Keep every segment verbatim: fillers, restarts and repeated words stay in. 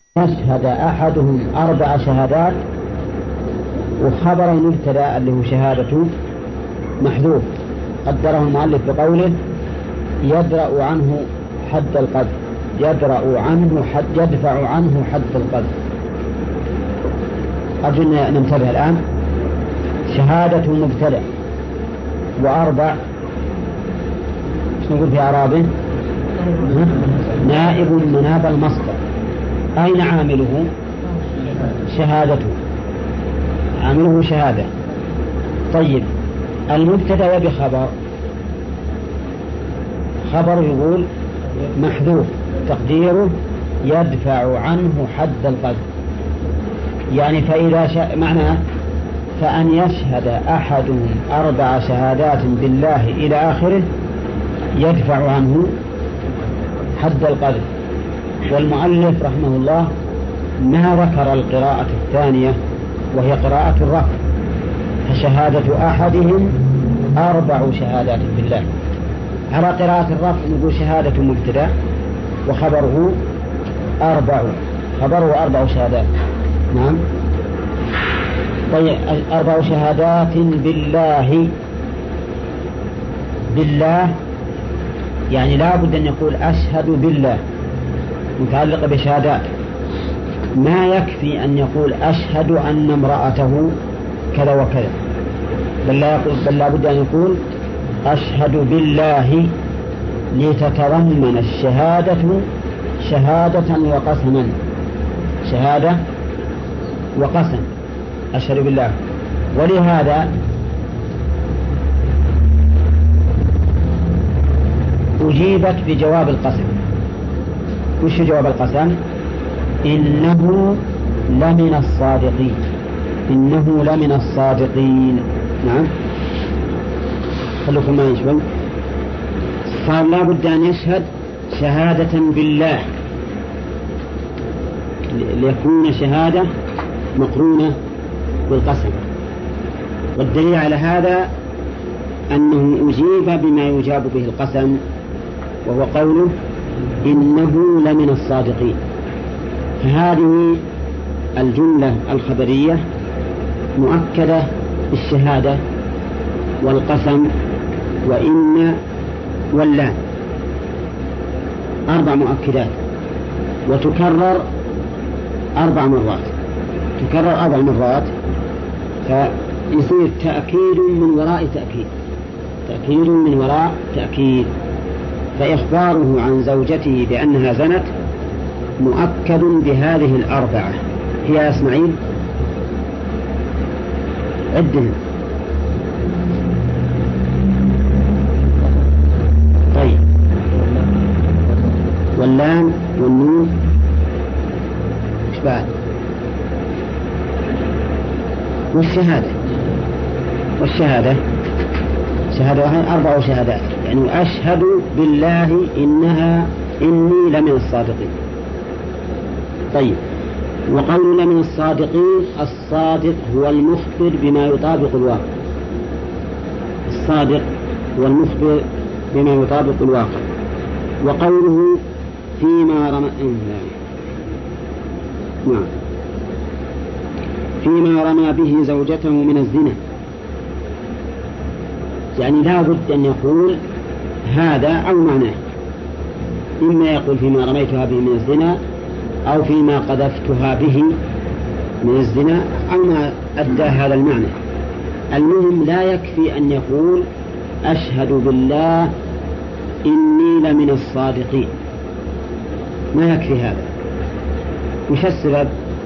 يشهد أحدهم أربع شهادات، وخبر المبتدأ اللي هو شهادته محذوف، قدره المؤلف بقوله يدرأ عنه حد القذف، يدرأ عنه حد يدفع عنه حد القذف. أرجو أن ننتبه الآن. شهادة مبتدأ وأربع، نقول في أعرابه نائب مناب المصدر. أين عامله؟ شهادته، عامله شهادة. طيب المبتدأ بخبر، خبر يقول محذوف تقديره يدفع عنه حد القذف، يعني فإذا شاء معناه فأن يشهد أحدهم أربع شهادات بالله إلى آخره يدفع عنه حد القذف. والمؤلف رحمه الله ما ذكر القراءة الثانية وهي قراءة الرفع، فشهادة أحدهم أربع شهادات بالله. على قراءة الرفع نقول شهادة مبتدأ وخبره أربع، خبره أربع شهادات. نعم. طيب أربع شهادات بالله، بالله يعني لا بد أن يقول أشهد بالله متعلقة بشهادات، ما يكفي أن يقول أشهد أن امرأته كذا وكذا، بل لا, يقول بل لا بد أن يقول أشهد بالله، لتتضمن الشهادة شهادة وقسما، شهادة وقسم، أشهد بالله. ولهذا أجيبت بجواب القسم. وش جواب القسم؟ إنه لمن الصادقين، إنه لمن الصادقين. نعم. خلوكم ما يشبه. صار لا بد أن يشهد شهادة بالله ليكون شهادة مقرونة بالقسم. والدليل على هذا أنه أجيب بما يجاب به القسم، وهو قوله إنه لمن الصادقين. فهذه الجملة الخبرية مؤكدة بالشهادة والقسم وإن واللام، أربع مؤكدات، وتكرر أربع مرات، تكرر أربع مرات، فيصير تأكيد من وراء تأكيد، تأكيد من وراء تأكيد. فإخباره عن زوجته بأنها زنت مؤكد بهذه الأربعة. هي يا إسماعيل عدهم. طيب واللام والنون إيش بعد؟ والشهادة، والشهادة شهادة أربع شهادات، يعني أشهد بالله إنها إني لمن الصادقين. طيب وقولنا من الصادقين، الصادق هو المخبر بما يطابق الواقع، الصادق هو المخبر بما يطابق الواقع. وقوله فيما رمى نعم فيما رمى به زوجته من الزنا، يعني لا بد أن يقول هذا أو معناه، إما يقول فيما رميتها به من الزنا أو فيما قذفتها به من الزنا أو ما أدى هذا المعنى. المهم لا يكفي أن يقول أشهد بالله إني لمن الصادقين، ما يكفي هذا. وش السبب؟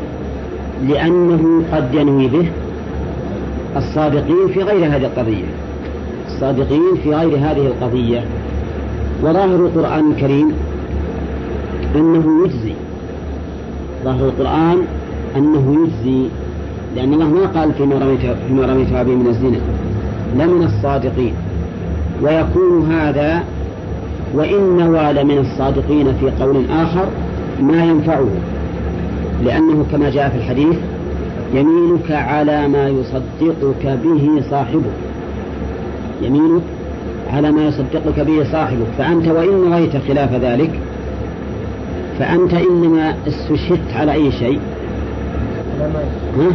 لأنه قد ينوي به الصادقين في غير هذه القضية، الصادقين في غير هذه القضية. وظاهر القرآن الكريم أنه يجزي، ظاهر القرآن أنه يجزي، لأن الله ما قال فيما رميتها فيما رميتها به من الزنا لمن الصادقين. ويكون هذا وإن نوى لمن الصادقين في قول آخر ما ينفعه، لأنه كما جاء في الحديث يمينك على ما يصدقك به صاحبك، يمينك على ما يصدقك به صاحبك، فأنت وإن نويت خلاف ذلك فأنت إنما استشهدت على أي شيء؟ ها؟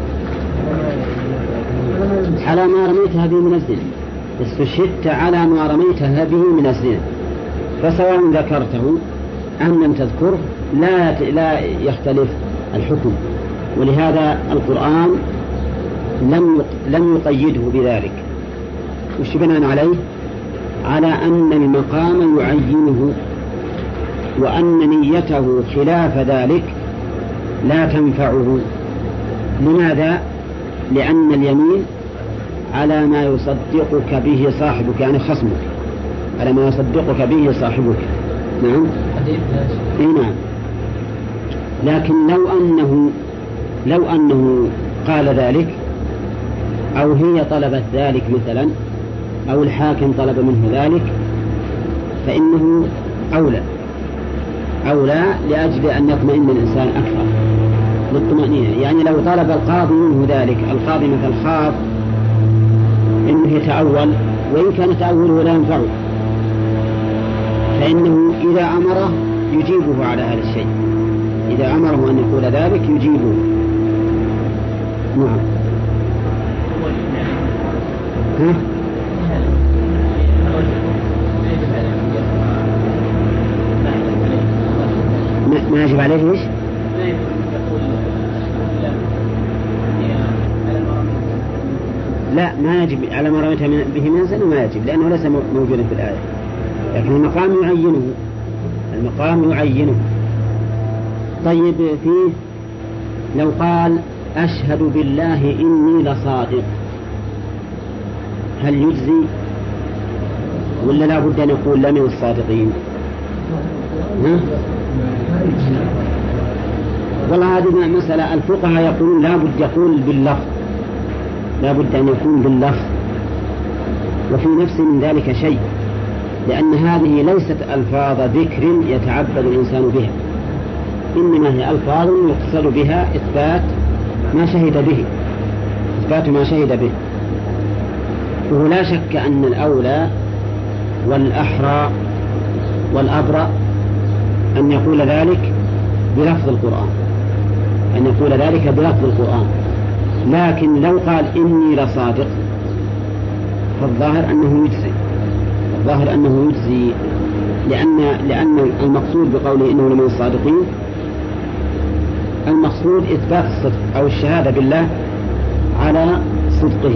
على ما رميتها به من الزنا، استشهدت على ما رميتها به من الزنا، فسواء ذكرته أم لم تذكره لا لا يختلف الحكم. ولهذا القرآن لم لم يقيده بذلك. وش بناء عليه؟ على أن المقام يعينه، وأن نيته خلاف ذلك لا تنفعه. لماذا؟ لأن اليمين على ما يصدقك به صاحبك، يعني خصمك، على ما يصدقك به صاحبك. نعم. اي نعم. لكن لو أنه لو أنه قال ذلك، أو هي طلبت ذلك مثلا، أو الحاكم طلب منه ذلك، فإنه أولى أولى لأجل أن يطمئن الإنسان أكثر للطمأنينة. يعني لو طلب القاضي منه ذلك، القاضي مثل خاف إنه يتأول، وإن كان تأوله لا ينفعه، فإنه إذا أمره يجيبه على هذا الشيء، إذا أمره أن يقول ذلك يجيبه. نعم. ها؟ ما يجب عليه إيش؟ لا، ما يجب على ما رميتها به من الزنا، ما يجب، لأنه ليس موجودا في الآية، لكن المقام يعينه، المقام يعينه. طيب، فيه لو قال أشهد بالله إني لصادق، هل يجزي ولا لا بد أن يقول لا من الصادقين؟ ها؟ والله هذه مسألة الفقهاء يقولون لا بد يقول باللفظ، لا بد أن يكون باللفظ، وفي نفس من ذلك شيء، لأن هذه ليست ألفاظ ذكر يتعبد الإنسان بها، إنما هي ألفاظ يقصد بها إثبات ما شهد به، إثبات ما شهد به. ولا شك أن الأولى والأحرى والأبرأ أن يقول ذلك بلفظ القرآن، أن يقول ذلك بلفظ القرآن. لكن لو قال إني لصادق فالظاهر أنه يجزي، الظاهر أنه يجزي، لأن لأن المقصود بقوله إنه لمن الصادقين، المقصود إثبات الصدق أو الشهادة بالله على صدقه.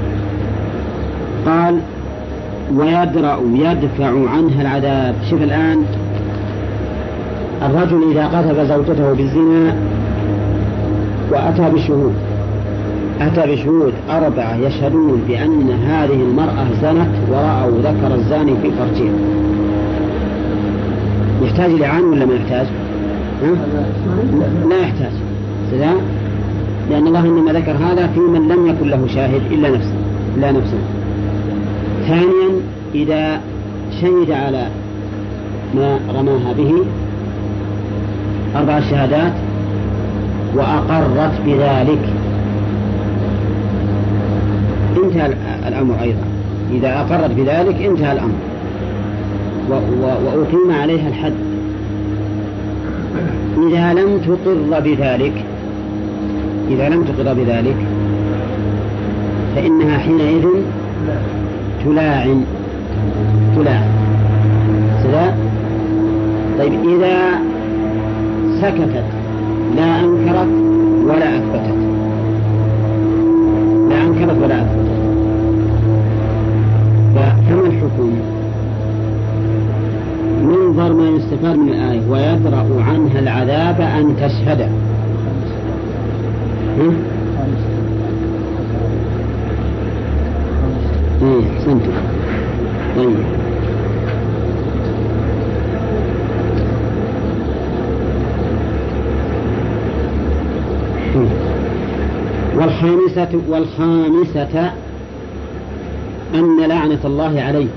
قال ويدرأ يدفع عنها العذاب. شوف الآن، الرجل إذا قذف زوجته بالزنا وأتى بشهود، أتى بشهود أربعة يشهدون بأن هذه المرأة زنت ورأوا ذكر الزاني في فرجها، يحتاج لعان ولا ما يحتاج؟ ها؟ لا يحتاج، لأن الله إنما ذكر هذا في من لم يكن له شاهد إلا نفسه إلا نفسه. ثانيا، إذا شهد على ما رماها به أربع شهادات وأقرت بذلك انتهى الأمر أيضا، إذا أقرت بذلك انتهى الأمر وأقيم عليها الحد. إذا لم تقر بذلك إذا لم تقر بذلك فإنها حينئذ تلاعن تلاعن سلا. طيب، إذا سكتت لا أنكرت ولا أثبتت، لا أنكرت ولا أثبتت، فما الحكم؟ منظر ما يستفاد من الآية ويدرأ عنها العذاب أن تشهد. ايه احسنت. طيب، والخامسة والخامسة أن لعنة الله عليه،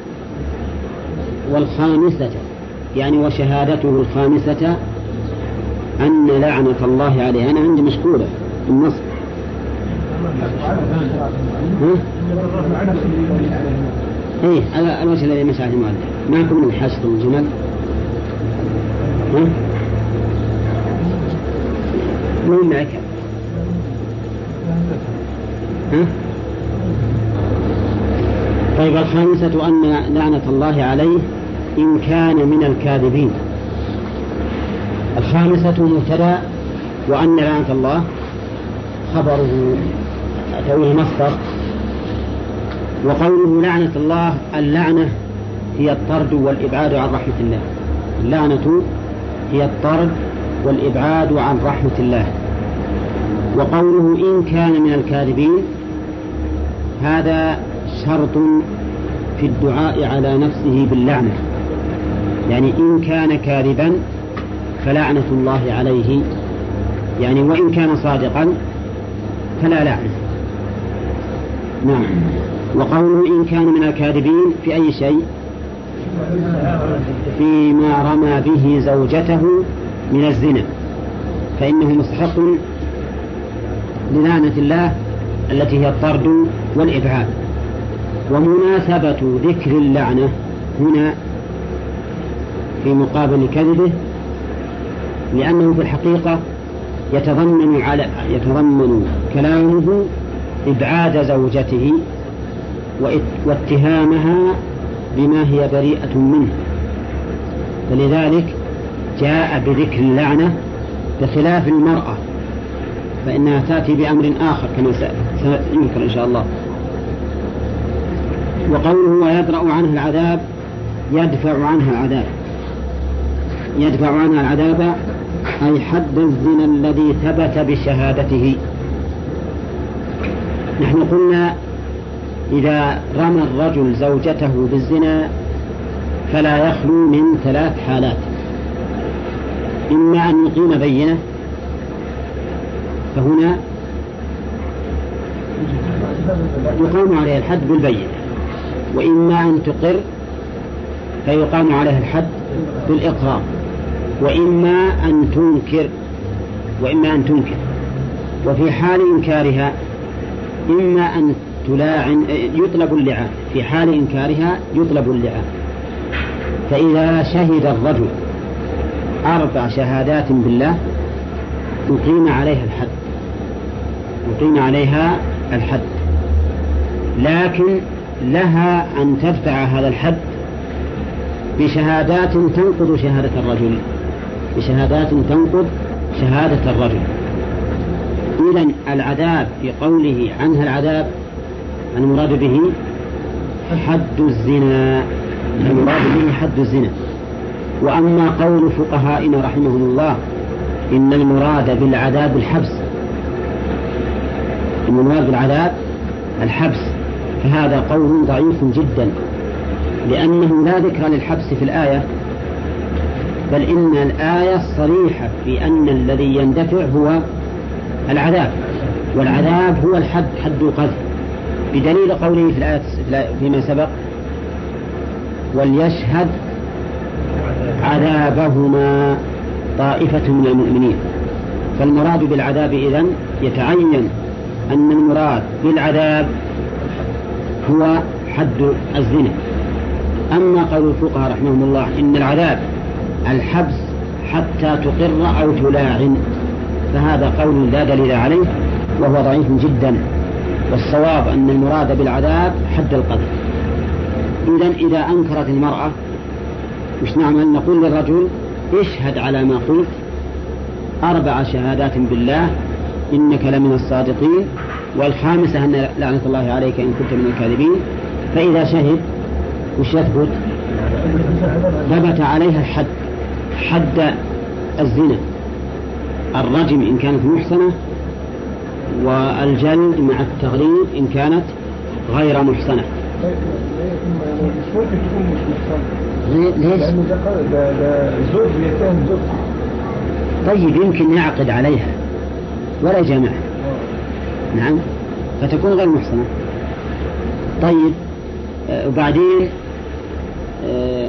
والخامسة يعني وشهادته الخامسة أن لعنة الله عليه. أنا عندي مشكولة النص. ايه على الوجه الذي مشى عليه المؤلف، معكم من الحشد والجمل. ها ولا معك؟ ها؟ طيب الخامسة أن لعنة الله عليه إن كان من الكاذبين. الخامسة مبتدأ وأن لعنة الله خبره تأويل مصدر. وقوله لعنة الله، اللعنة هي الطرد والإبعاد عن رحمة الله. اللعنة هي الطرد والإبعاد عن رحمة الله. وقوله إن كان من الكاذبين هذا شرط في الدعاء على نفسه باللعنة، يعني إن كان كاذبا فلعنة الله عليه، يعني وإن كان صادقا فلا لعنة. نعم. وقوله إن كان من الكاذبين في أي شيء؟ فيما رمى به زوجته من الزنا فإنه مستحق للعنة الله التي هي الطرد والإبعاد. ومناسبة ذكر اللعنة هنا في مقابل كذبه لأنه في الحقيقة يتضمن على يتضمن كلامه إبعاد زوجته واتهامها بما هي بريئة منه، فلذلك جاء بذكر اللعنة بخلاف المرأة فإنها تأتي بأمر آخر كما سيذكر إن شاء الله. وقوله ويدرأ عنه العذاب، يدفع عنها العذاب، يدفع عنها العذاب أي حد الزنا الذي ثبت بشهادته. نحن قلنا إذا رمى الرجل زوجته بالزنا فلا يخلو من ثلاث حالات: إما أن يقيم بينة فهنا يقام عليه الحد بالبينة، وإما أن تقر فيقام عليه الحد بالإقرار، وإما أن تنكر وإما أن تنكر وفي حال إنكارها إما أن تلاعن يطلب اللعان، في حال إنكارها يطلب اللعان. فإذا شهد الرجل أربع شهادات بالله يقيم عليها الحد يقيم عليها الحد لكن لها أن تدفع هذا الحد بشهادات تنقض شهادة الرجل بشهادات تنقض شهادة الرجل. إذن العذاب في قوله عنها العذاب المراد به حد الزنا المراد به حد الزنا. وأما قول فقهائنا رحمهم الله إن المراد بالعذاب الحبس إن المراد بالعذاب الحبس فهذا قول ضعيف جدا، لأنه لا ذكر للحبس في الآية، بل إن الآية صريحة في أن الذي يندفع هو العذاب، والعذاب هو الحد حد القذف، بدليل قوله في الآية فيما سبق وليشهد عذابهما طائفة من المؤمنين. فالمراد بالعذاب إذن يتعين أن المراد بالعذاب هو حد الزنا. أما قول الفقهاء رحمهم الله إن العذاب الحبس حتى تقر أو تلاعن فهذا قول لا دليل عليه وهو ضعيف جدا، والصواب أن المراد بالعذاب حد القذف. إذن إذا أنكرت المرأة وش نعمل؟ نقول للرجل اشهد على ما قلت أربع شهادات بالله إنك لمن الصادقين، والخامسة أن لعنة الله عليك إن كنت من الكاذبين. فإذا شهد وش يثبت؟ ثبت عليها الحد حد الزنا، الرجم إن كانت محسنة، والجلد مع التغريب إن كانت غير محسنة. ليش؟ طيب يمكن يعقد عليها ولا جمع، نعم، فتكون غير محسنة. طيب آه وبعدين آه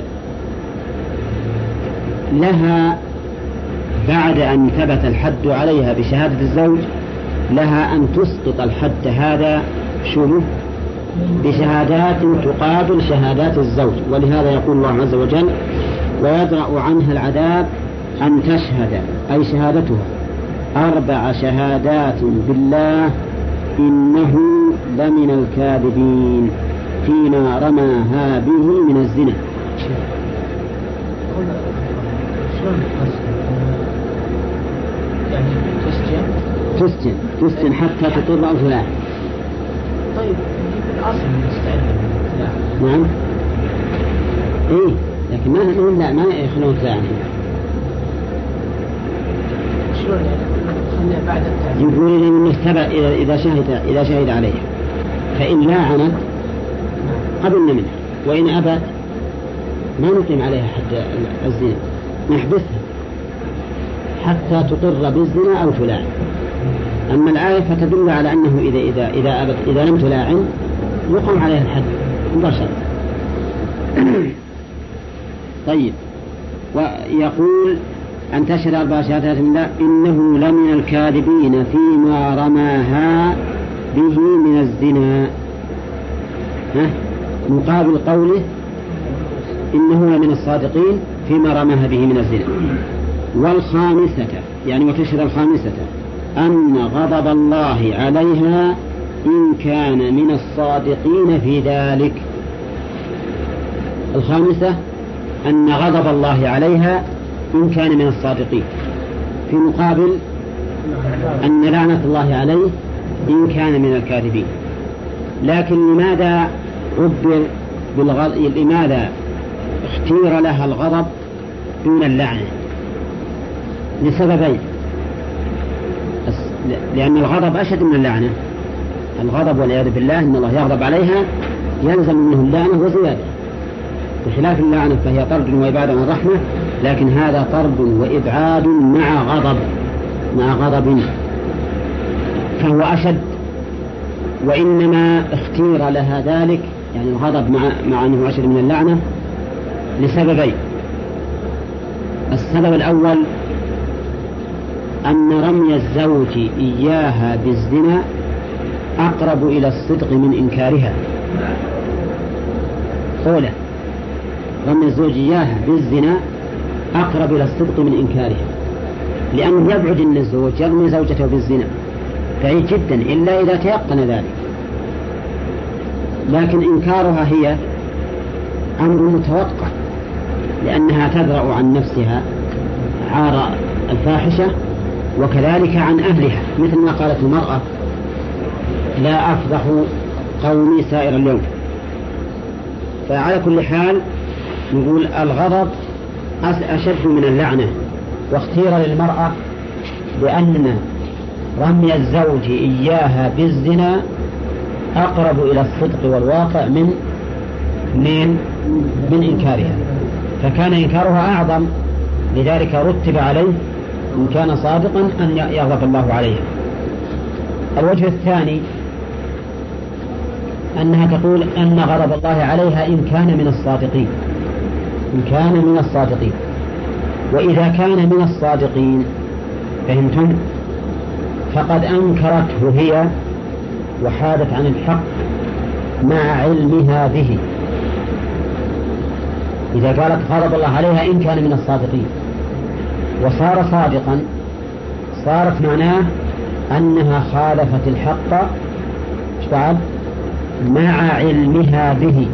لها بعد أن ثبت الحد عليها بشهادة الزوج لها أن تسقط الحد هذا شنو؟ بشهادات تقابل شهادات الزوج. ولهذا يقول الله عز وجل: ويدرأ عنها العذاب أن تشهد، أي شهادتها، أربع شهادات بالله إنه لمن الكاذبين فيما رماها به من الزنا. يعني تسجن تسجن تسجن حتى تطر أو تلاعن. طيب الأصل نستعد لا نعم إيه لكن ما نقول لا ما يخلون تلاعن. شلون يعني بعد التعزيز يقول لي من التبع إذا إذا شهد إذا شهد عليها فإن لاعنت قبلنا منها وإن أبت ما نقيم عليها حتى الزنا نحبسها حتى تقر بالزنا أو تلاعن. أما الآية فتدل على أنه إذا إذا إذا أبت إذا لم تلاعن يقام عليها الحد مباشرة. طيب ويقول أن تشهد أربع شهادات بالله إنه لمن الكاذبين فيما رماها به من الزنا. ها؟ مقابل قوله إنه لمن الصادقين فيما رماها به من الزنا. والخامسة يعني وتشهد الخامسة أن غضب الله عليها إن كان من الصادقين في ذلك. الخامسة أن غضب الله عليها إن كان من الصادقين في مقابل أن لعنة الله عليه إن كان من الكاذبين. لكن لماذا عبر بالغضب؟ لماذا اختير لها الغضب دون اللعنة؟ لسببين. لأن الغضب أشد من اللعنة. الغضب والعياذ بالله إن الله يغضب عليها يلزم منه اللعنة وزيادة، بخلاف اللعنة فهي طرد وإبعاد عن الرحمة، لكن هذا طرد وإبعاد مع غضب مع غضب فهو أشد. وإنما اختير لها ذلك يعني الغضب مع, مع أنه أشد من اللعنة لسببين. السبب الأول أن رمي الزوج إياها بالزنا أقرب إلى الصدق من إنكارها. قوله رمي الزوج إياها بالزنا أقرب إلى الصدق من إنكارها، لأنه يبعد أن الزوج يرمي زوجته بالزنا بعيد جدا إلا إذا تيقن ذلك، لكن إنكارها هي أمر متوقع لأنها تدرأ عن نفسها عار الفاحشة وكذلك عن أهلها، مثل ما قالت المرأة لا أفضح قومي سائر اليوم. فعلى كل حال نقول الغضب أشد من اللعنة، واختير للمرأة بأن رمي الزوج إياها بالزنا أقرب إلى الصدق والواقع من من من إنكارها، فكان إنكارها أعظم، لذلك رتب عليه إن كان صادقا أن يغضب الله عليها. الوجه الثاني أنها تقول أن غضب الله عليها إن كان من الصادقين إن كان من الصادقين وإذا كان من الصادقين فهمتم فقد أنكرته هي وحادت عن الحق مع علمها به. إذا قالت غضب الله عليها إن كان من الصادقين وصار صادقا صارت معناه أنها خالفت الحق بعد مع علمها به،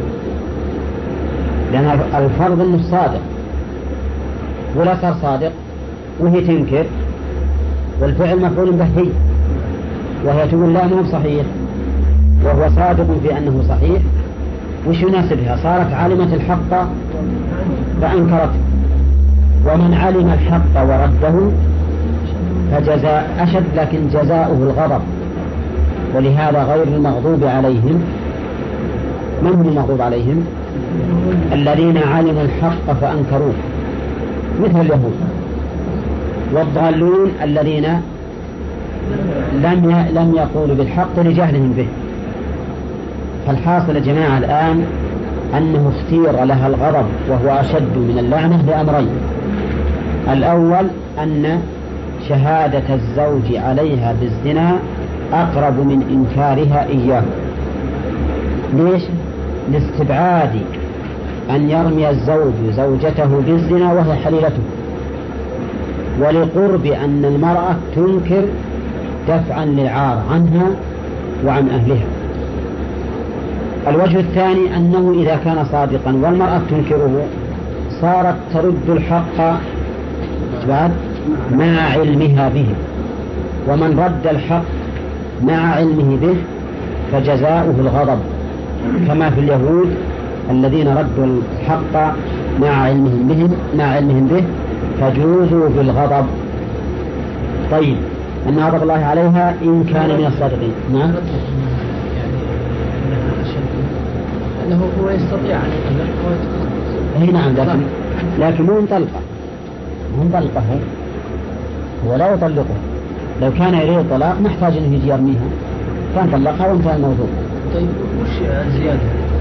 لأن الفرض أنه صادق ولا صار صادق وهي تنكر والفعل مفعول به هي، وهي تقول لا مو صحيح وهو صادق في أنه صحيح، وش يناسبها؟ صارت علمت الحق فأنكرت، ومن علم الحق ورده فجزاء أشد لكن جزاؤه الغضب. ولهذا غير المغضوب عليهم من هم المغضوب عليهم؟ الذين علموا الحق فأنكروه مثل اليهود، والضالون الذين لم لم يقولوا بالحق لجهلهم به. فالحاصل يا جماعة الآن أنه اختير لها الغضب وهو أشد من اللعنة لأمرين: الأول أن شهادة الزوج عليها بالزنا أقرب من إنكارها إياه. ليش؟ لاستبعاد أن يرمي الزوج زوجته بالزنا وهي حليلته، ولقرب أن المرأة تنكر دفعا للعار عنها وعن أهلها. الوجه الثاني أنه إذا كان صادقا والمرأة تنكره صارت ترد الحق بعد مع علمها به، ومن رد الحق مع علمه به فجزاؤه الغضب، كما في اليهود الذين ردوا الحق مع علمهم به مع علمهم به فجوزوا بالغضب. طيب أن غضب الله عليها إن كان من الصادقين. نعم. أنه هو يستطيع أن يطلق. أي نعم، لكن لكن مو مطلقة، مو مطلقة، هو لا يطلقه. لو كان يريد الطلاق ما احتاج أنه يجي يرميها، كان طلقها وانتهى الموضوع. طيب وش زيادة؟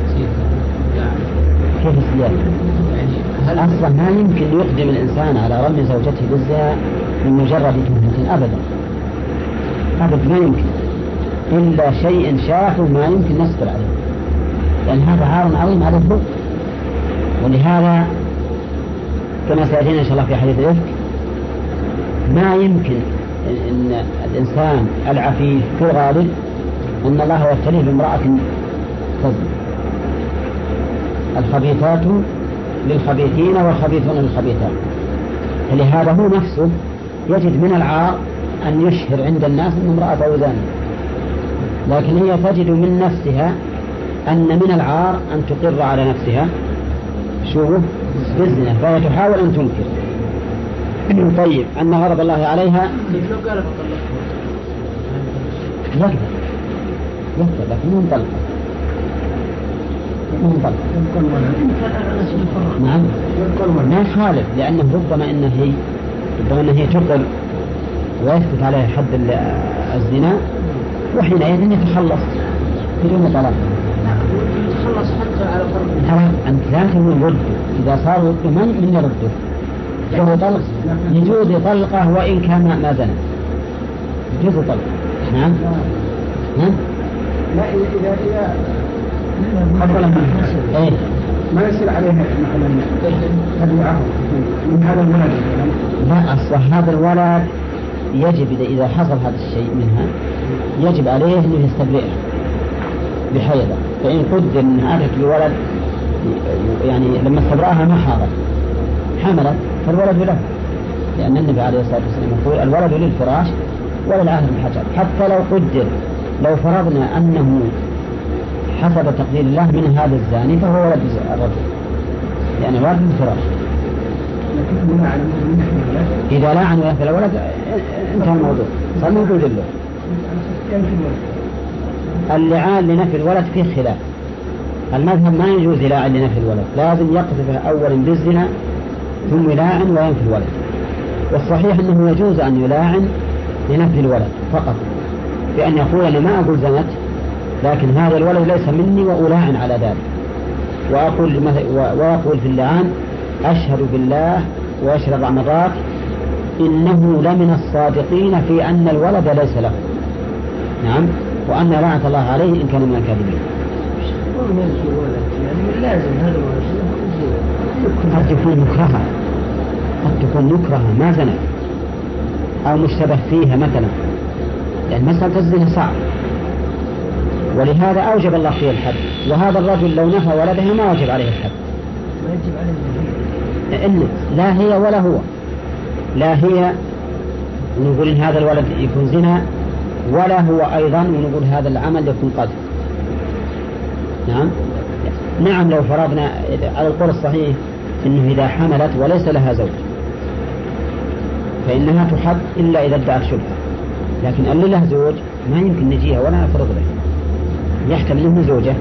كيف الزيادة؟ يعني أصلا ما يمكن يقدم الإنسان على رمي زوجته بالزنا من مجرد تهمة أبدا أبدا، ما يمكن إلا شيء شافه ما يمكن نصبر عليه، لأن هذا عار عظيم على الحب. ولهذا كما سيأتينا إن شاء الله في حديث الإفك ما يمكن أن الإنسان العفيف في الغالب أن الله يبتليه بامرأة تزني. الخبيثات للخبيثين والخبيثون للخبيثات، فلهذا هو نفسه يجد من العار أن يشهر عند الناس أن امرأة زانية، لكن هي تجد من نفسها أن من العار أن تقر على نفسها شو بالزنا، فهي تحاول أن تنكر. طيب أن غضب الله عليها لو قال فطلقها يقدر يقدر لكن مو مطلقة، مو مطلقة. نعم ما يخالف، لأنه ربما إنه هي ربما إنه هي تقر ويثبت عليها حد الزنا وحينئذ يتخلص بدون طلاق. يتخلص حتى على فرض أنت لا تقول رده، إذا صار رده من من يرده؟ فهو طلق يجوز طلقه وإن كان ما زنى، يجوز طلقه. نعم نعم لا إذا إذا حصل إيه ما يصير عليه مثلا تبعه من هذا الولد. لا أصلا هذا الولد يجب إذا حصل هذا الشيء منها يجب عليه أنه يستبرئه بحيضة، فإن قدر أن أتت الولد يعني لما استبرأها ما حاضر حملت فالولد له، لأن النبي عليه الصلاة والسلام يقول الولد للفراش وللعهد الحجر. حتى لو قدر لو فرضنا أنه حسب تقدير الله من هذا الزاني فهو ولد الرجل، لأن يعني الولد للفراش. إذا لا عن في الولد انتهى الموضوع، صار موجود له. اللعان لنفي الولد فيه خلاف، المذهب ما يجوز للاعن لنفي الولد، لازم يقذف أولا بالزنا ثم يلاعن وينفي الولد. والصحيح أنه يجوز أن يلاعن لنفي الولد فقط، بأن يقول أنا ما أقول زنت لكن هذا الولد ليس مني وألاعن على ذلك، وأقول ويقول في اللعان أشهد بالله وأشهد الرمضات إنه لمن الصادقين في أن الولد ليس له. نعم، وأن لعنة الله عليه إن كان من الكاذبين. يعني لازم هذا قد تكون مكرهة، قد تكون مكرهة ما زنت أو مشتبه فيها مثلا، لأن مسألة الزنا صعب، ولهذا أوجب الله فيه الحد. وهذا الرجل لو نفى ولدها ما وجب عليه الحد، ما يجب عليه إن لا هي ولا هو، لا هي نقول إن هذا الولد يكون زنا ولا هو أيضا ونقول هذا العمل يكون قذف. نعم نعم لو فرضنا على القول الصحيح إنه إذا حملت وليس لها زوج فإنها تحد إلا إذا ادعت شبهة، لكن اللي له زوج ما يمكن نجيها ولا نفرض له، يحتمل له زوجة.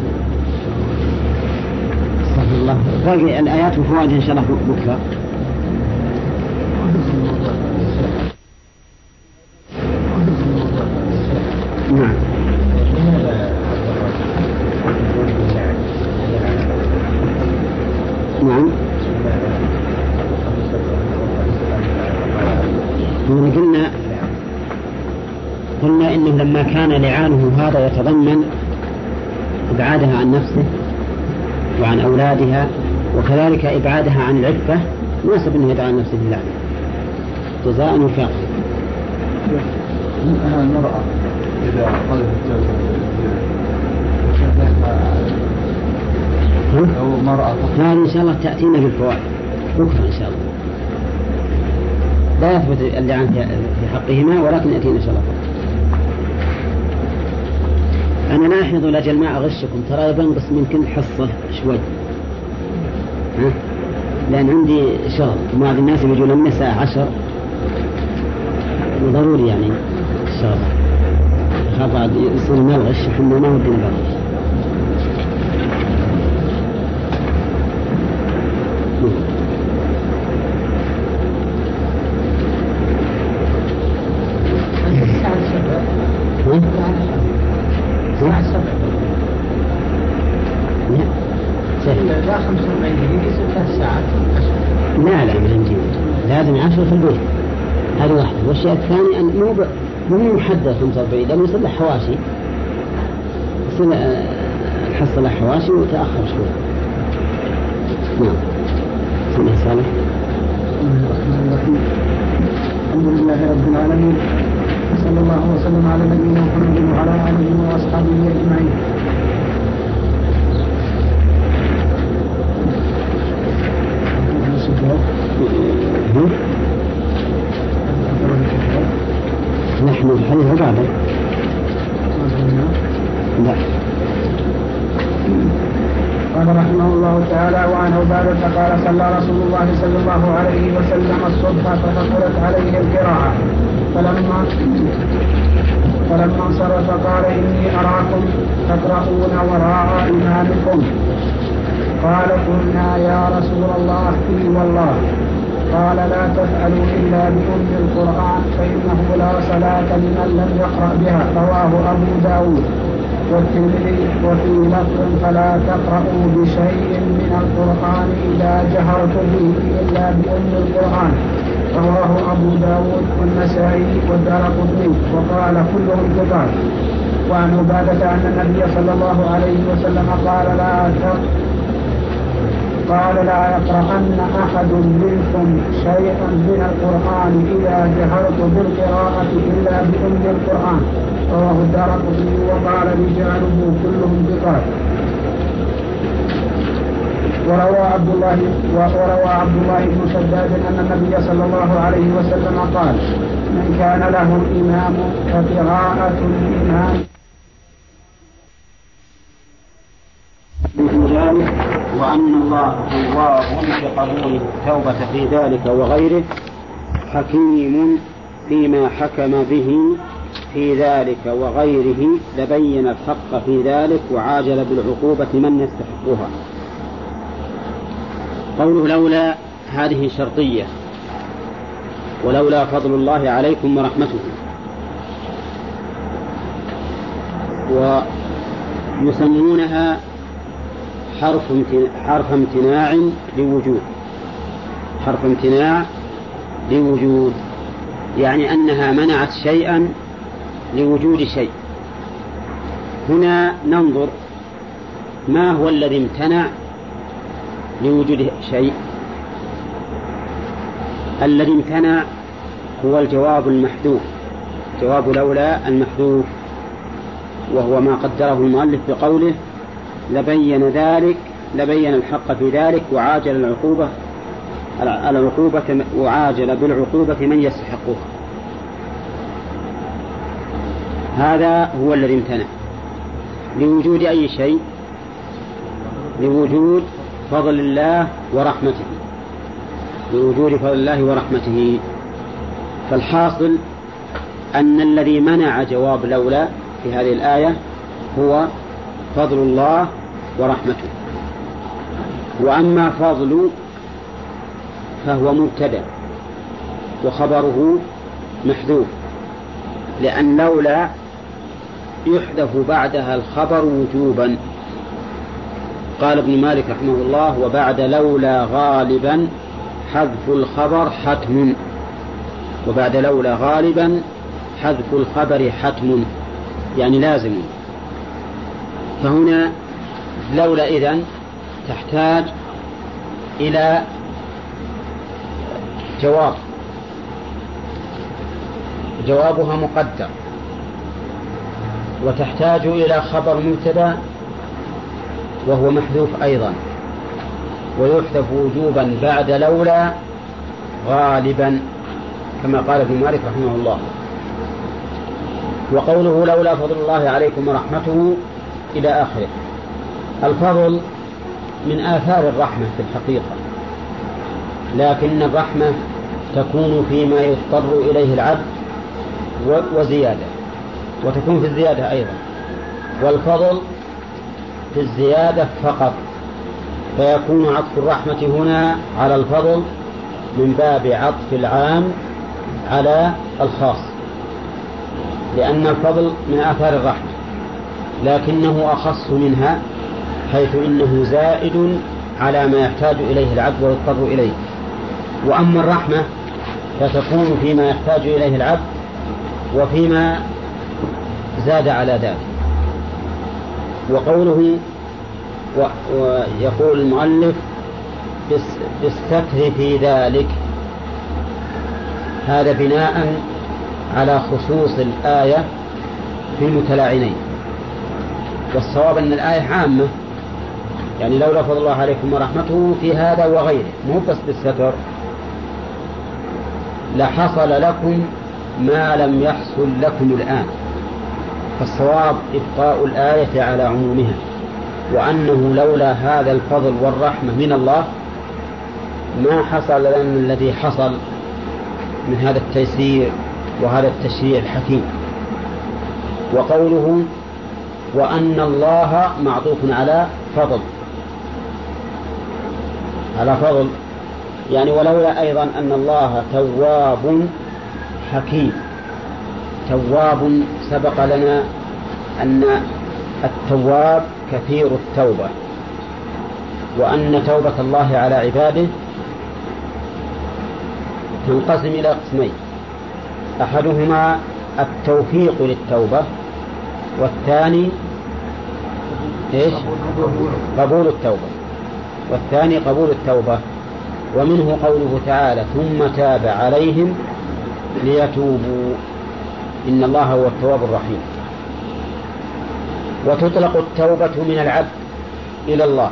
استغفر الله. باقي الآيات وفوائد إن شاء الله بكرة. نعم نعم قلنا قلنا إنه لما كان لعانه هذا يتضمن إبعادها عن نفسه وعن أولادها وكذلك إبعادها عن العفة، مناسب أنه يدعى عن نفسه بالله. اقتزاء وفاق. المرأة إذا قلت أو مرأة هذه إن شاء الله تأتينا في الفوائد بكرة إن شاء الله. لا يثبت اللعان في حقهما ولكن يأتينا إن شاء الله. أنا لاحظ لأجل ما أغشكم ترى بنقص ممكن حصة شوي، ها؟ لأن عندي شغل بعض الناس يجون لنا الساعة عشر وضروري يعني الشغل خاف بعد يصير ما الغش احنا ما ودنا بالغش. الساعة السبع الساعة السبع لا خمسة وأربعين دقيقة ثلاث ساعات. لا لا ما عندي لازم عشرة في البيت هذا واحد. والشيء الثاني أن مو ب... مو محدد خمسة وأربعين لأنه يصير له حواشي، يصير الحصة له حواشي وتأخر شوي. نعم. سمع صالح. الحمد لله رب العالمين، صلى الله وسلم على نبينا محمد وعلى آله وأصحابه أجمعين. نحن في الحديث وقعنا لا. قال رحمه الله تعالى: وعن عبادة قال: صلى رسول الله صلى الله عليه وسلم الصبح فثقلت عليه القراءة، فلما فلما انصرف قال: إني أراكم تقرؤون وراء إمامكم. قال: قلنا يا رسول الله إي والله. قال: لا تفعلوا إلا بأم القرآن فإنه لا صلاة لمن لم يقرأ بها. رواه أبو داود والترمذي. وفي لفظ: فلا تقرأوا بشيء من القرآن إذا جهرت به إلا بأم القرآن. رواه أبو داود والنسائي والدارقطني وقال كلهم ثقات. وعن عبادة أن النبي صلى الله عليه وسلم قال: لا قال لا يقرأن أحد منكم شيئا من القرآن إذا جهرت بالقراءة إلا بأم القرآن. رواه الدارقطني وقال رجاله كلهم ثقات. وروى عبد الله وروى عبد الله بن شداد أن النبي صلى الله عليه وسلم قال: من كان له إمام فقراءة الإمام ذلك، وأن الله تواب بقبول التوبة في ذلك وغيره، حكيم فيما حكم به في ذلك وغيره، لبين الحق في ذلك وعاجل بالعقوبة من يستحقها. قوله لولا هذه شرطية، ولولا فضل الله عليكم ورحمته، ويسمونها حرف حرف امتناع لوجود، حرف امتناع لوجود، يعني أنها منعت شيئا لوجود شيء. هنا ننظر ما هو الذي امتنع لوجود شيء. الذي امتنع هو الجواب المحذوف، جواب لولا المحذوف، وهو ما قدره المؤلف بقوله لبين ذلك، لبين الحق في ذلك وعاجل العقوبة العقوبة وعاجل بالعقوبة من يستحقها. هذا هو الذي امتنع لوجود أي شيء، لوجود فضل الله ورحمته، لوجود فضل الله ورحمته. فالحاصل أن الذي منع جواب لولا في هذه الآية هو فضل الله ورحمته. وأما فضل فهو مبتدأ وخبره محذوف، لأن لولا يحذف بعدها الخبر وجوبا. قال ابن مالك رحمه الله: وبعد لولا غالبا حذف الخبر حتم، وبعد لولا غالبا حذف الخبر حتم، يعني لازم. فهنا لولا إذن تحتاج إلى جواب جوابها مقدر، وتحتاج إلى خبر مبتدأ وهو محذوف أيضا، ويحذف وجوبا بعد لولا غالبا كما قال ابن مالك رحمه الله. وقوله لولا فضل الله عليكم ورحمته إلى آخره. الفضل من آثار الرحمة في الحقيقة، لكن الرحمة تكون فيما يضطر إليه العبد وزيادة، وتكون في الزيادة أيضا، والفضل في الزيادة فقط، فيكون عطف الرحمة هنا على الفضل من باب عطف العام على الخاص، لأن الفضل من آثار الرحمة لكنه أخص منها، حيث إنه زائد على ما يحتاج إليه العبد ويضطر إليه. وأما الرحمة فتكون فيما يحتاج إليه العبد وفيما زاد على ذلك. وقوله ويقول المؤلف بالستر في ذلك، هذا بناء على خصوص الآية في المتلاعنين، والصواب أن الآية عامة، يعني لولا فضل الله عليكم ورحمته في هذا وغيره، مو بس بالستر، لحصل لكم ما لم يحصل لكم الآن. فالصواب إبقاء الآية على عمومها، وأنه لولا هذا الفضل والرحمة من الله ما حصل لنا الذي حصل من هذا التيسير وهذا التشريع الحكيم. وقوله وأن الله معطوف على فضل، على فضل يعني ولولا أيضا أن الله تواب حكيم. تواب سبق لنا أن التواب كثير التوبة، وأن توبة الله على عباده تنقسم إلى قسمين، أحدهما التوفيق للتوبة، والثاني إيش؟ قبول التوبة، والثاني قبول التوبة. ومنه قوله تعالى ثم تاب عليهم ليتوبوا إن الله هو التواب الرحيم. وتطلق التوبة من العبد إلى الله،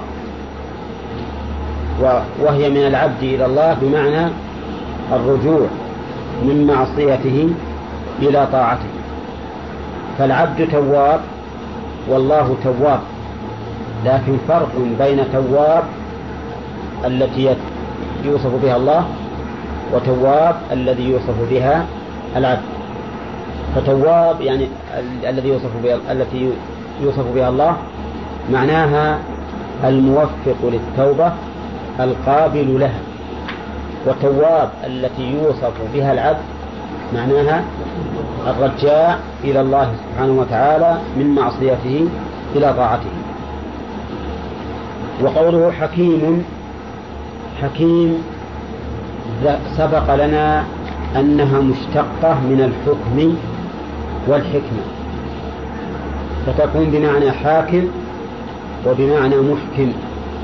وهي من العبد إلى الله بمعنى الرجوع من معصيته إلى طاعته. فالعبد تواب والله تواب، لكن فرق بين تواب التي يوصف بها الله وتواب الذي يوصف بها العبد. فتواب يعني الذي يوصف بها التي يوصف بها الله معناها الموفق للتوبة القابل لها، وتواب التي يوصف بها العبد معناها الرجاء إلى الله سبحانه وتعالى من معصيته إلى طاعته. وقوله حكيم، حكيم سبق لنا أنها مشتقة من الحكم والحكمة، فتكون بمعنى حاكم وبمعنى محكم.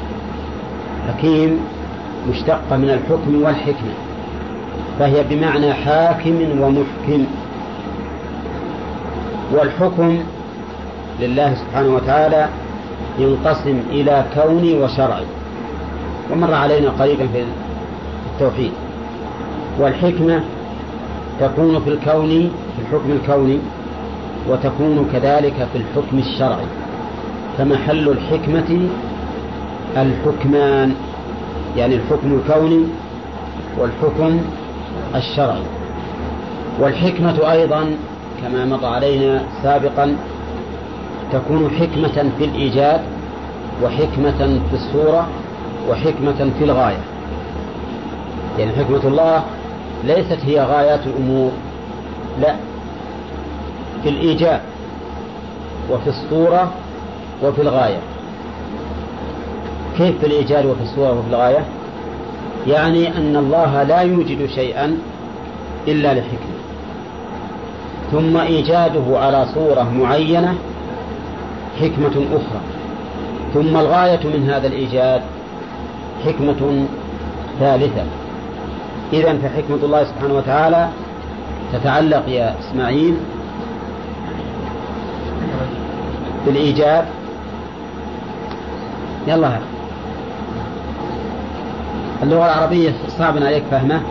حكيم مشتقة من الحكم والحكمة، فهي بمعنى حاكم ومحكم. والحكم لله سبحانه وتعالى ينقسم إلى كوني وشرعي، ومر علينا قريبا في التوحيد. والحكمة تكون في الكون في الحكم الكوني، وتكون كذلك في الحكم الشرعي، فمحل الحكمة الحكمان، يعني الحكم الكوني والحكم الشرعي. والحكمة أيضا كما مضى علينا سابقا تكون حكمة في الإيجاد، وحكمة في الصورة، وحكمة في الغاية. يعني حكمة الله ليست هي غايات الأمور، لا، في الإيجاد وفي الصورة وفي الغاية. كيف في الإيجاد وفي الصورة وفي الغاية؟ يعني أن الله لا يوجد شيئا إلا لحكمة، ثم إيجاده على صورة معينة حكمة أخرى، ثم الغاية من هذا الإيجاد حكمة ثالثة. إذن فحكمة الله سبحانه وتعالى تتعلق يا إسماعيل بالإيجاب. يلا، اللغة العربية صعب عليك فهمه؟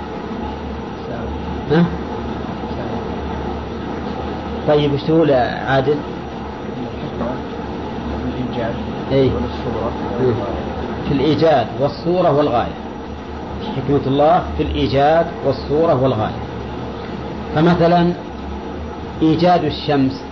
ها؟ طيب وش تقول عادل؟ الإيجاد إيه؟ والصورة في الإيجاد والصورة والغاية. حكمة الله في الإيجاد والصورة والغاية. فمثلا إيجاد الشمس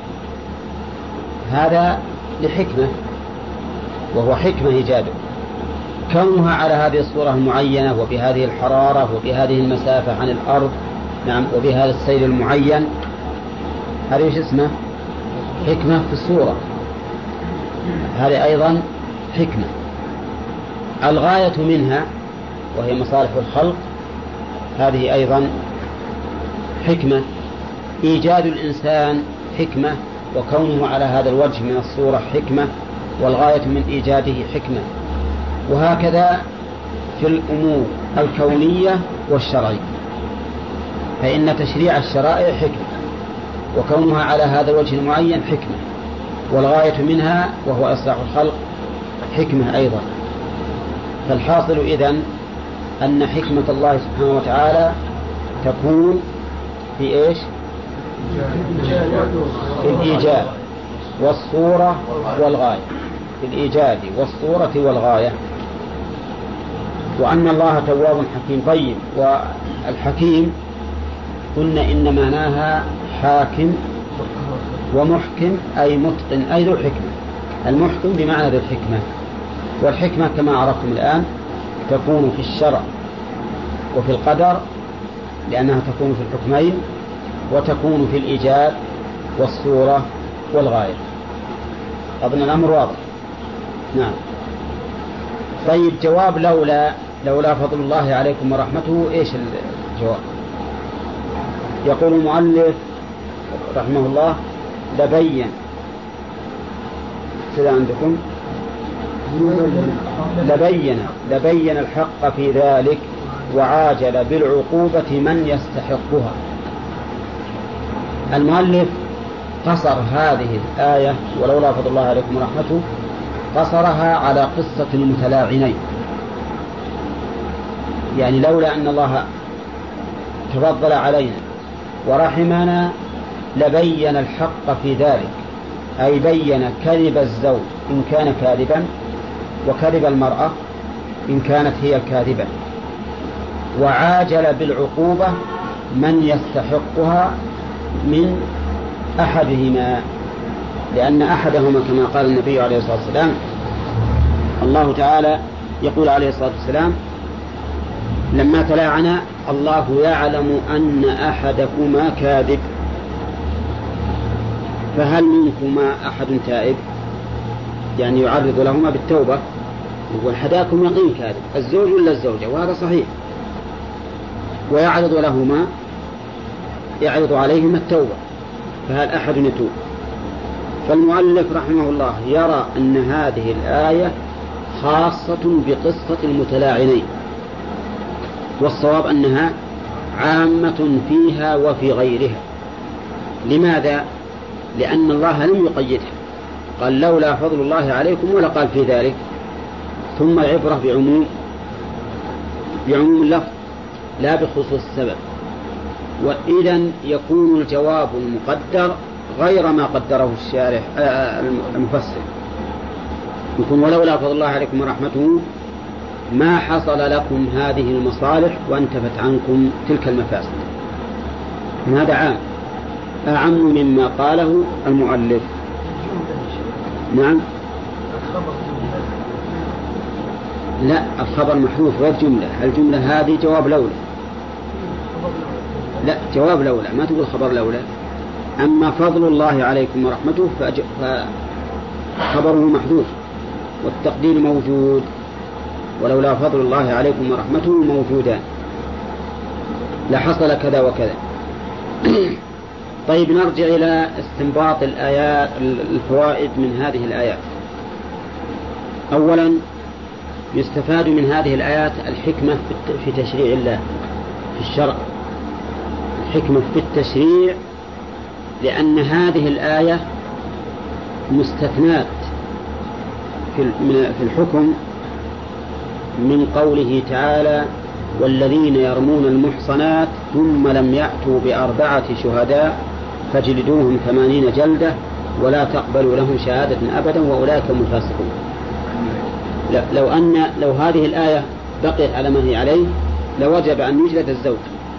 هذا لحكمة، وهو حكمة إيجاده، كونها على هذه الصورة المعينة وبهذه الحرارة وبهذه المسافة عن الأرض، نعم، وبهذا السير المعين، هذا ايش اسمه؟ حكمة في الصورة، هذه أيضا حكمة. الغاية منها وهي مصالح الخلق، هذه أيضا حكمة. إيجاد الإنسان حكمة، وكونه على هذا الوجه من الصورة حكمة، والغاية من إيجاده حكمة. وهكذا في الأمور الكونية والشرعية، فإن تشريع الشرائع حكمة، وكونها على هذا الوجه المعين حكمة، والغاية منها وهو إصلاح الخلق حكمة أيضا. فالحاصل إذن أن حكمة الله سبحانه وتعالى تكون في إيش؟ في الإيجاد والصورة والغاية، في الإيجاد والصورة والغاية. وأن الله تواب حكيم. طيب، والحكيم قلنا إن معناها حاكم ومحكم، أي متقن، أي ذو الحكمة. المحكم بمعنى ذو الحكمة. والحكمة كما عرفتم الآن تكون في الشرع وفي القدر، لأنها تكون في الحكمين، وتكون في الإيجاد والصورة والغاية. أظن الأمر واضح. نعم. طيب، جواب لولا لولا فضل الله عليكم ورحمته، إيش الجواب؟ يقول المؤلف رحمه الله: لبين كذا عندكم، لبين لبين الحق في ذلك وعاجل بالعقوبة من يستحقها. المؤلف قصر هذه الآية ولولا فضل الله عليكم ورحمته، قصرها على قصة المتلاعنين، يعني لولا أن الله تفضل علينا ورحمنا لبين الحق في ذلك، أي بين كذب الزوج إن كان كاذبا، وكذب المرأة إن كانت هي كاذبة، وعاجل بالعقوبة من يستحقها من أحدهما، لأن أحدهما كما قال النبي عليه الصلاة والسلام، الله تعالى يقول عليه الصلاة والسلام لما تلاعنا: الله يعلم أن أحدكما كاذب، فهل منكما أحد تائب؟ يعني يعرض لهما بالتوبة، يقول حداكم يقين كاذب، الزوج ولا الزوجة، وهذا صحيح، ويعرض لهما يعرض عليهما التوبة، فهل أحد يتوب؟ فالمؤلف رحمه الله يرى أن هذه الآية خاصة بقصة المتلاعنين، والصواب أنها عامة فيها وفي غيرها. لماذا؟ لأن الله لم يقيدها، قال لولا فضل الله عليكم، ولا قال في ذلك. ثم العبرة بعموم بعموم اللفظ لا بخصوص السبب، وإذا يكون الجواب المقدر غير ما قدره الشارح المفسر، يكون ولولا فضل الله عليكم ورحمته ما حصل لكم هذه المصالح وانتفت عنكم تلك المفاسد. هذا عام أعم مما قاله المؤلف. نعم، لا، الخبر محذوف غير جملة. الجملة هذه جواب لولا، لا، جواب لولا، ما تقول خبر لولا. أما فضل الله عليكم ورحمته فخبره محذوف والتقدير موجود، ولولا فضل الله عليكم ورحمته موجودان، لحصل كذا وكذا. طيب، نرجع إلى استنباط الآيات، الفوائد من هذه الآيات. أولا، يستفاد من هذه الآيات الحكمة في تشريع الله في الشرع، حكمة في التشريع لأن هذه الآية مستثنات في الحكم من قوله تعالى والذين يرمون المحصنات ثم لم يأتوا بأربعة شهداء فجلدوهم ثمانين جلدة ولا تقبلوا لهم شهادة أبدا وأولئك هم الفاسقون. لو أن لو هذه الآية بقيت على ما هي عليه لوجب أن يجلد الزوج.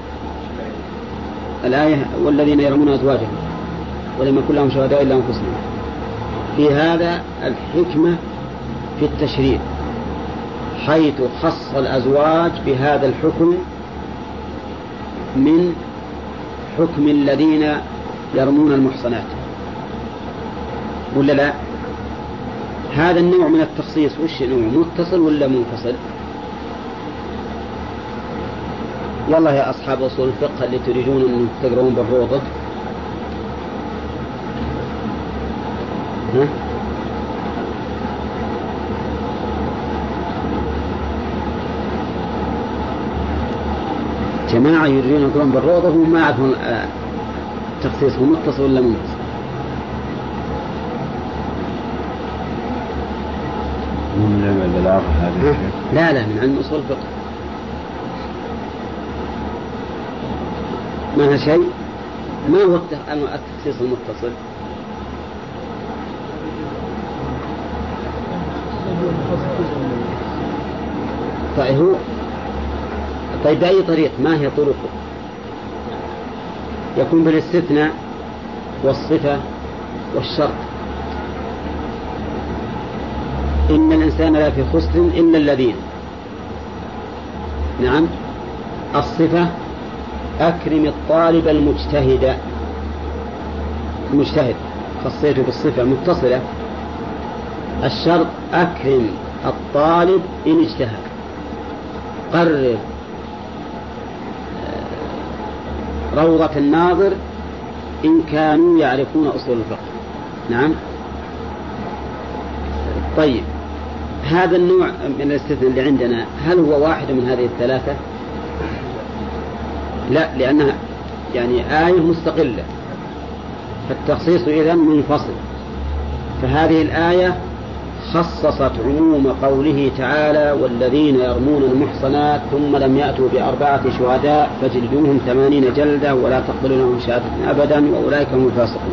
الآية والذين يرمون أزواجهم ولم يكن لهم شهداء إلا أنفسهم. في هذا الحكمة في التشريع حيث خص الأزواج بهذا الحكم من حكم الذين يرمون المحصنات، ولا لا؟ هذا النوع من التخصيص وش نوع، متصل ولا منفصل؟ يلا يا أصحاب أصول الفقه اللي تريدون أن تقرؤون بالروضة، ها؟ جماعة يريدون يقرؤون بالروضة وهم ما يعرفون تخصيصه متصل ولا منفصل. من علم البلاغة هذه؟ لا لا، من علم أصول الفقه. ما شيء ما هو التخصيص المتصل؟ طيب هو طيب بأي طريق؟ ما هي طرقه؟ يكون بالاستثناء والصفة والشرط. إن الإنسان لا في خسر إلا الذين. نعم. الصفة أكرم الطالب المجتهد المجتهد خصيته بالصفة المتصلة. الشرط أكرم الطالب إن اجتهد. قرر روضة الناظر إن كانوا يعرفون أصول الفقه. نعم. طيب هذا النوع من الاستثناء اللي عندنا هل هو واحد من هذه الثلاثة؟ لا، لأنها يعني آية مستقلة، فالتخصيص إذن منفصل. فهذه الآية خصصت عموم قوله تعالى والذين يرمون المحصنات ثم لم يأتوا بأربعة شهداء فجلدوهم ثمانين جلدة ولا تقبلوا لهم شهادة أبدا وأولئك هم الفاسقون.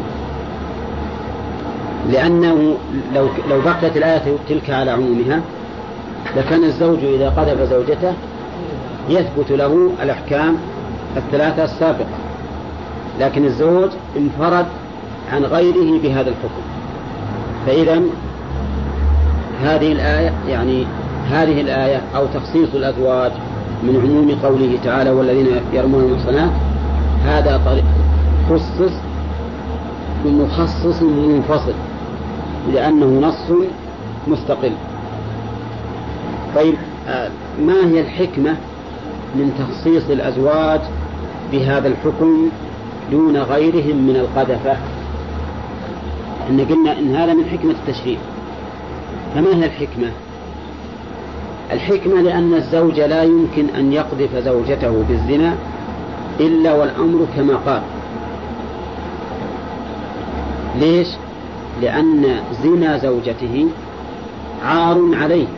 لأنه لو لو بقيت الآية تلك على عمومها لكان الزوج إذا قذف زوجته يثبت له الأحكام الثلاثة السابقة، لكن الزوج انفرد عن غيره بهذا الحكم. فإذا هذه الآية يعني هذه الآية أو تخصيص الأزواج من عموم قوله تعالى والذين يرمون المحصنات هذا طريق خصص بمخصص منفصل لأنه نص مستقل. طيب ما هي الحكمة من تخصيص الأزواج بهذا الحكم دون غيرهم من القذفة؟ إن قلنا إن هذا من حكمة التشريع، فما هي الحكمة؟ الحكمة لأن الزوج لا يمكن أن يقذف زوجته بالزنا إلا والأمر كما قال. ليش؟ لأن زنا زوجته عار عليه،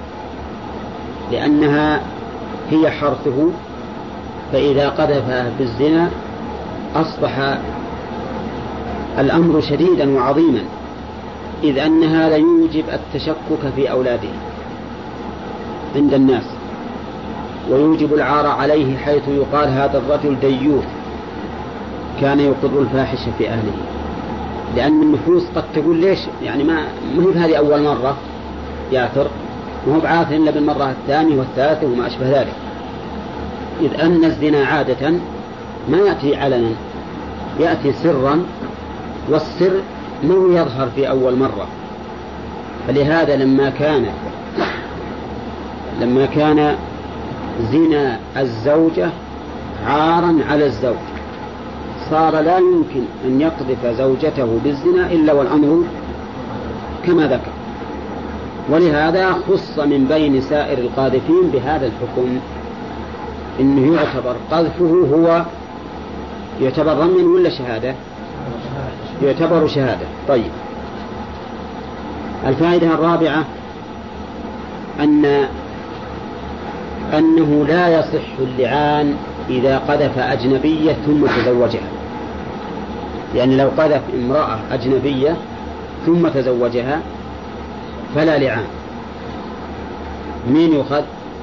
لأنها هي حرثه، فإذا قذفها بالزنا أصبح الأمر شديدا وعظيما، إذ أن هذا يوجب التشكك في أولاده عند الناس ويوجب العار عليه، حيث يقال هذا الرجل ديوث كان يقر الفاحشة في أهله. لأن النفوس قد تقول ليش يعني ما ما هي هذه أول مرة يعثر، ما هو بعاثر إلا بالمرة الثانية والثالثة وما أشبه ذلك، إذ أن الزنا عادة ما يأتي علنا، يأتي سرا، والسر ما هو يظهر في أول مرة. فلهذا لما كان لما كان زنا الزوجة عارا على الزوج صار لا يمكن أن يقذف زوجته بالزنا إلا والأمر كما ذكر، ولهذا خص من بين سائر القاذفين بهذا الحكم، إنه يعتبر قذفه هو يعتبر رميا ولا شهادة؟ يعتبر شهادة. طيب، الفائدة الرابعة أن أنه لا يصح اللعان إذا قذف أجنبية ثم تزوجها، يعني لو قذف امرأة أجنبية ثم تزوجها فلا لعان. من يؤخذ؟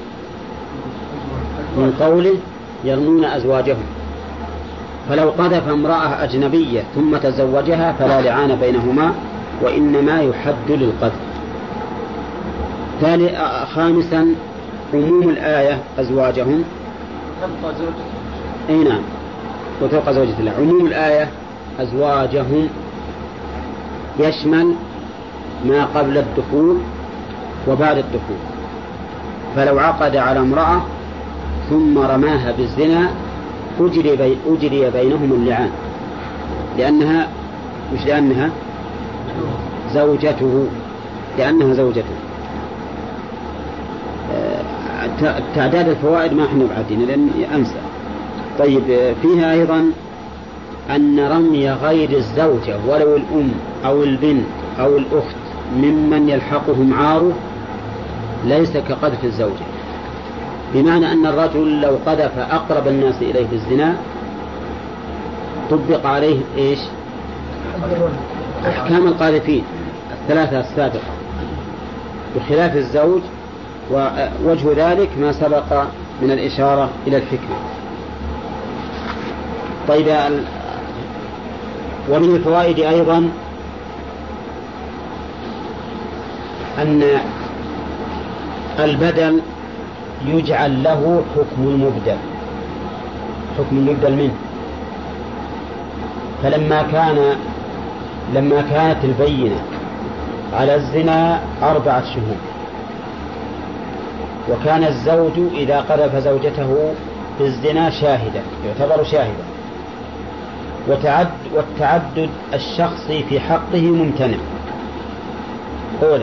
من قوله يرمون أزواجهم. فلو قذف امرأة أجنبية ثم تزوجها فلا لعان بينهما، وإنما يحد للقذف. خامسا عموم الآية أزواجهم، أي نعم، وتبقى زوجة الله. عموم الآية أزواجهم يشمل ما قبل الدخول وبعد الدخول. فلو عقد على امرأة ثم رماها بالزنا أجري, بي أجري بينهم اللعان، لأنها مش لأنها زوجته، لأنها زوجته. تعداد الفوائد ما احنا بعدين لأن أنسى. طيب، فيها أيضا أن رمي غير الزوجة ولو الأم أو البنت أو الأخت ممن يلحقهم عاره ليس كقذف الزوجة، بمعنى أن الرجل لو قذف أقرب الناس إليه بالزنا طبق عليه إيش؟ أحكام القاذفين الثلاثة السابقة، بخلاف الزوج. ووجه ذلك ما سبق من الإشارة إلى الحكمة. طيب، ومن الفوائد أيضا أن البدل يجعل له حكم المبدل، حكم المبدل منه. فلما كان لما كانت البينة على الزنا أربعة شهور، وكان الزوج إذا قذف زوجته بالزنا شاهدا يعتبر شاهدا، وتعد والتعدد الشخصي في حقه ممتنع. أولا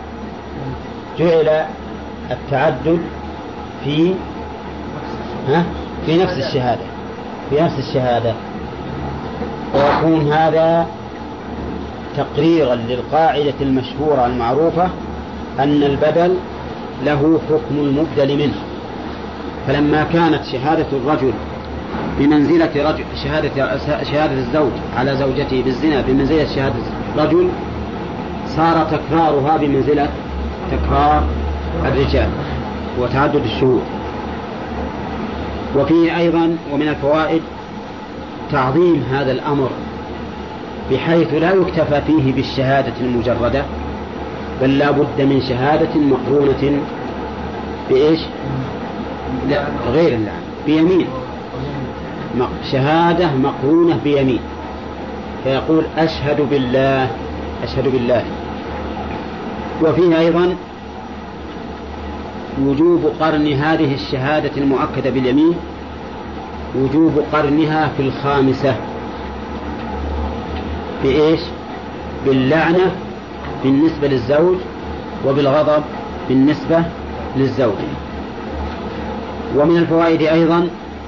جعل التعدد في ها في نفس الشهادة في نفس الشهادة ويكون هذا تقريرا للقاعدة المشهورة المعروفة أن البدل له حكم المبدل منه. فلما كانت شهادة الرجل بمنزلة رجل شهادة شهادة الزوج على زوجته بالزنا بمنزلة شهادة رجل، صار تكرارها بمنزلة تكرار الرجال وتعدد الشهود. وفيه أيضا ومن الفوائد تعظيم هذا الأمر، بحيث لا يكتفى فيه بالشهادة المجردة، بل لا بد من شهادة مقرونة بإيش؟ لا غير اللعن، بيمين، شهادة مقرونة بيمين، فيقول أشهد بالله أشهد بالله. وفيه أيضا وجوب قرن هذه الشهادة المؤكدة باليمين، وجوب قرنها في الخامسة بإيش؟ باللعنة بالنسبة للزوج، وبالغضب بالنسبة للزوج. ومن الفوائد أيضا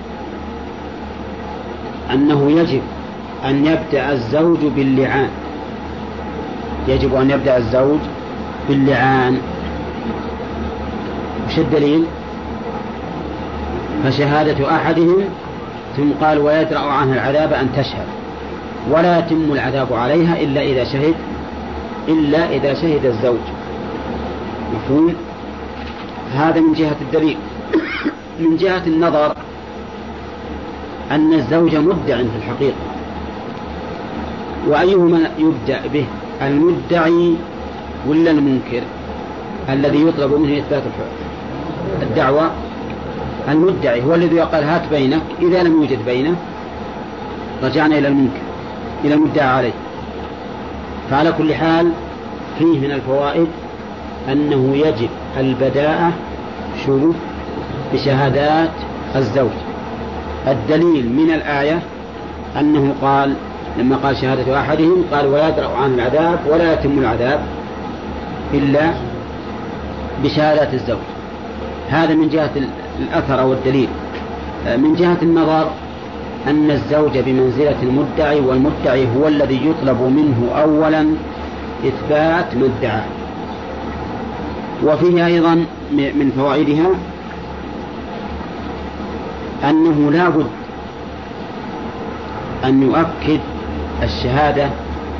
أنه يجب أن يبدأ الزوج باللعان، يجب أن يبدأ الزوج باللعان. وش الدليل؟ فشهادة أحدهم ثم قال ويدرأ عنها العذاب أن تشهد، ولا يتم العذاب عليها إلا إذا شهد إلا إذا شهد الزوج. مفهوم؟ هذا من جهة الدليل. من جهة النظر أن الزوج مدع في الحقيقة، وأيهما يبدأ به، المدعي ولا المنكر الذي يطلب منه إثبات الدعوة؟ المدعي هو الذي يقال هات بينك، إذا لم يوجد بينه رجعنا إلى المنكر إلى المدعى عليه. فعلى كل حال فيه من الفوائد أنه يجب البداءة شروط بشهادات الزوج. الدليل من الآية أنه قال لما قال شهادة أحدهم قال ويدرأ عنه العذاب ولا يتم العذاب إلا بشهادات الزوج. هذا من جهة الأثر والدليل. من جهة النظر أن الزوج بمنزلة المدعي، والمدعي هو الذي يطلب منه أولا إثبات ما ادعاه. وفيه أيضا من فوائدها أنه لا بد أن يؤكد الشهادة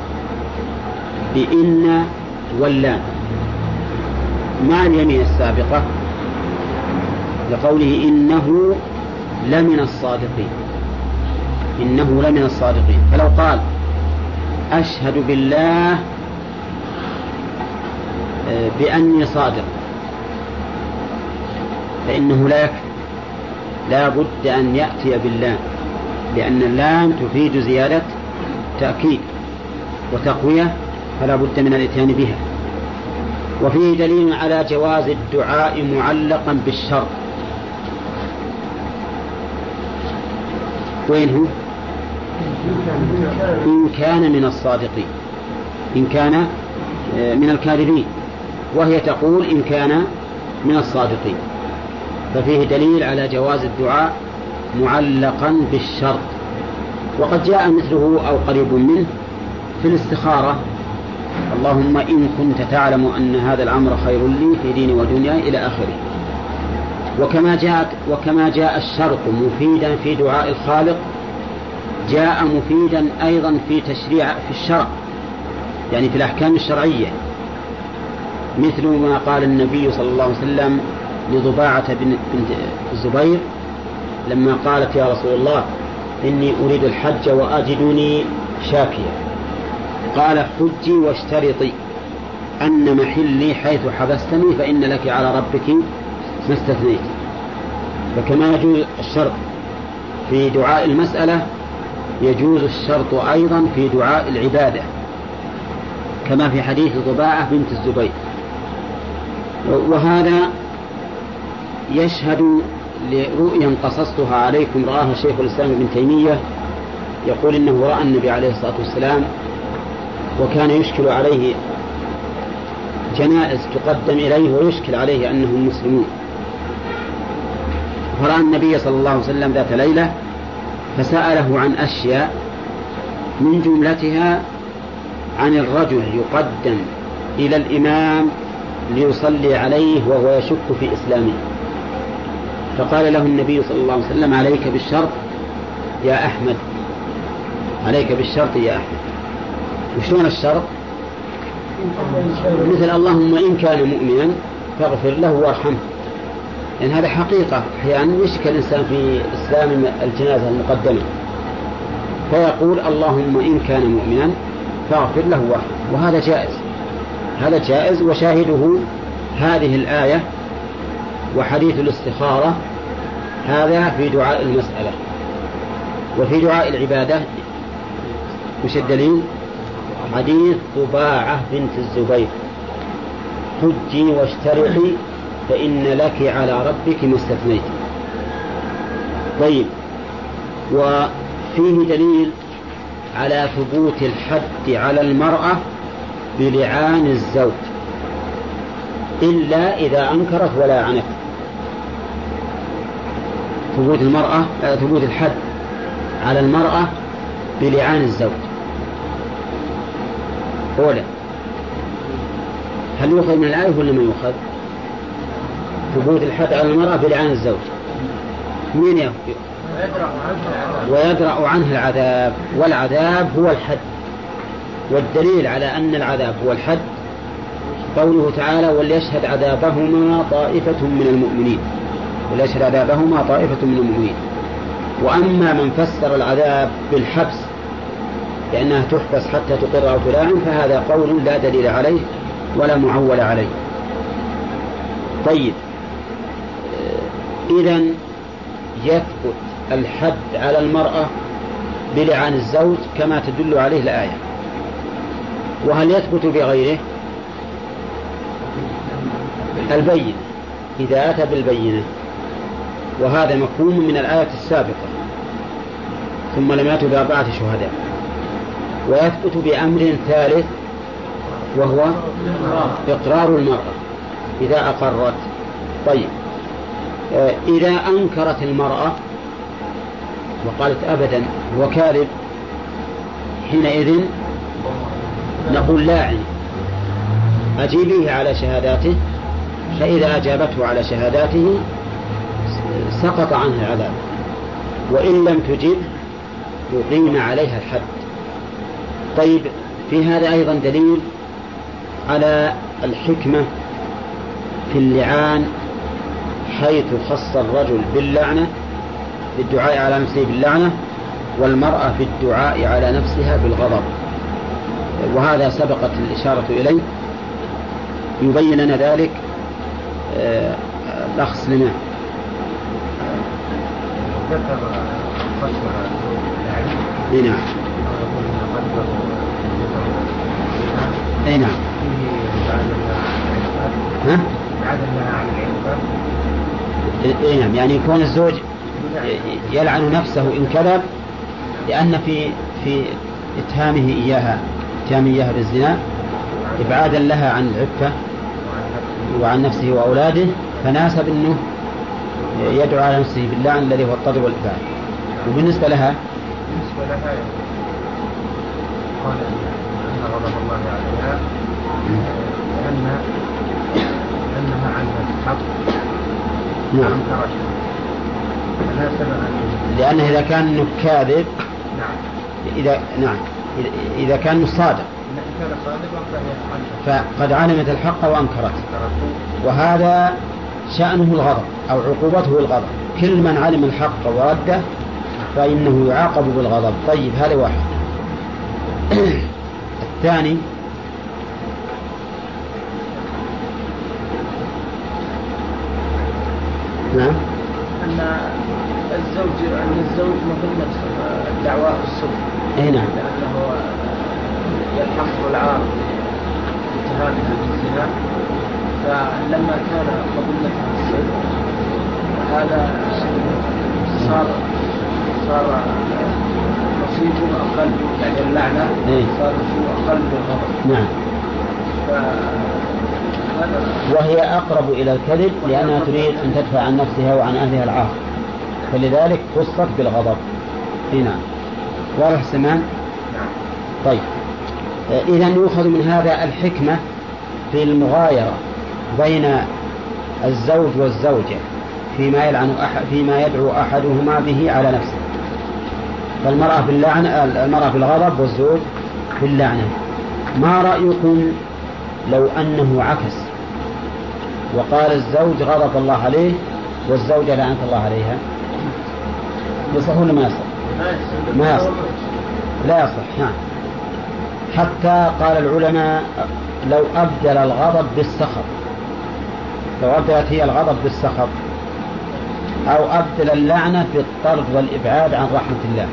بإن واللام مع اليمين السابقة، لقوله إنه لمن الصادقين، إنه لمن الصادقين. فلو قال أشهد بالله بأني صادق فإنه لا يكفي، لا بد أن يأتي باللام، لأن اللام تفيد زيادة تأكيد وتقوية، فلا بد من الاتيان بها. وفيه دليل على جواز الدعاء معلقا بالشرط. وين هو؟ إن كان من الصادقين، إن كان من الكاذبين، وهي تقول إن كان من الصادقين. ففيه دليل على جواز الدعاء معلقا بالشرط. وقد جاء مثله أو قريب منه في الاستخارة: اللهم إن كنت تعلم أن هذا الأمر خير لي في ديني ودنياي إلى آخره. وكما جاء وكما جاء الشرط مفيدا في دعاء الخالق، جاء مفيدا أيضا في تشريع في الشرع، يعني في الأحكام الشرعية، مثل ما قال النبي صلى الله عليه وسلم لضباعة بنت الزبير لما قالت: يا رسول الله إني أريد الحج وأجدني شاكيا. قال: حجي واشترطي أن محلي حيث حبستني فإن لك على ربك ما استثنيت. فكما يجوز الشرط في دعاء المسألة، يجوز الشرط أيضا في دعاء العبادة، كما في حديث ضباعة بنت الزبير. وهذا يشهد لرؤيا قصصتها عليكم رآها شيخ الإسلام ابن تيمية، يقول إنه رأى النبي عليه الصلاة والسلام وكان يشكل عليه جنائز تقدم إليه ويشكل عليه أنهم مسلمون، فرأى النبي صلى الله عليه وسلم ذات ليلة فسأله عن أشياء، من جملتها عن الرجل يقدم إلى الإمام ليصلي عليه وهو يشك في إسلامه، فقال له النبي صلى الله عليه وسلم: عليك بالشرط يا أحمد، عليك بالشرط يا أحمد. وشلون الشرط؟ مثل اللهم إن كان مؤمنا فاغفر له وارحمه، لأن هذا حقيقة أحيانا يشك الإنسان في إسلام الجنازة المقدمة، فيقول اللهم إن كان مؤمنا فاغفر له وارحمه، وهذا جائز، هذا جائز. وشاهده هذه الآية وحديث الاستخارة، هذا في دعاء المسألة. وفي دعاء العبادة وش الدليل؟ حديث ضباعة بنت الزبير: حجي واشترطي فإن لك على ربك ما استثنيت. طيب، وفيه دليل على ثبوت الحد على المرأة بلعان الزوج إلا إذا أنكرت ولا عنت. ثبوت المرأة ثبوت الحد على المرأة بلعان الزوج. أولا، هل يؤخذ من الآية ولا ما يؤخذ؟ ثبوت الحد على المرأة بلعان الزوج مين يأخذ؟ ويدرأ عنه العذاب، والعذاب هو الحد. والدليل على أن العذاب هو الحد قوله تعالى: وليشهد عذابهما طائفة من المؤمنين، وليشهد عذابهما طائفة من المؤمنين. وأما من فسر العذاب بالحبس لأنها تحبس حتى تقر أو تلاعن، فهذا قول لا دليل عليه ولا معول عليه. طيب، إذن يثبت الحد على المرأة بلعان الزوج كما تدل عليه الآية. وهل يثبت بغيره؟ البينة، إذا أتى بالبينة، وهذا مفهوم من الآية السابقة: ثم لم يأتوا بأربعة شهداء. ويثبت بأمر ثالث وهو إقرار المرأة إذا أقرت. طيب، إذا أنكرت المرأة وقالت أبدا هو كاذب، حينئذ نقول لاعن أجيبيه على شهاداته، فإذا أجابته على شهاداته سقط عنه العذاب، وإن لم تجب يقيم عليها الحد. طيب، في هذا أيضا دليل على الحكمة في اللعان، حيث خص الرجل باللعنة بالدعاء على نفسه باللعنة، والمرأة بالدعاء على نفسها بالغضب، وهذا سبقت الإشارة إليه. يبين لنا ذلك الأخ سليمان. ذكر خصم اي نعم اي نعم ها اي نعم يعني يكون الزوج يلعن نفسه إن كذب، لأن في في اتهامه إياها اتهامه إياها بالزنا إبعادا لها عن العفة وعن نفسه وأولاده، فناسب أنه يدعو على نفسه باللعن الذي هو الطرد والإبعاد. وبالنسبة لها بالنسبة لها قال أن غضب الله عليها لأن لأنها عنها الحق. نعم، لأنه إذا كان كاذب نعم إذا نعم إذا كان صادق فقد علمت الحق وأنكرت، وهذا شأنه الغضب أو عقوبته الغضب. كل من علم الحق ورده فإنه يعاقب بالغضب. طيب، هذا واحد. الثاني نعم أن الزوج أن الزوج مظلة الدعوة الصدق. أي نعم، لأنه يلحق العار اتهامه بالزنا، فلما كان مظلة الصدق هذا صار صار نصيبه أقل، يعني اللعنة صار نصيبه أقل بالغضب. نعم، وهي أقرب إلى الكذب لأنها تريد أن تدفع عن نفسها وعن أهلها العار، فلذلك خصت بالغضب. هنا واضح سمان؟ طيب، إذن يؤخذ من هذا الحكمة في المغايرة بين الزوج والزوجة فيما يلعن أحد فيما يدعو أحدهما به على نفسه، فالمرأة باللعنة المرأة بالغضب والزوج باللعنة. ما رأيكم لو أنه عكس وقال الزوج غضب الله عليه والزوجة لعنة الله عليها؟ يصح ولا ما يصح؟ ما يصح، لا يصح. نعم، حتى قال العلماء لو أبدل الغضب بالسخط، لو أبدلت هي الغضب بالسخط، أو أبدل اللعنة بالطرد والإبعاد عن رحمة الله،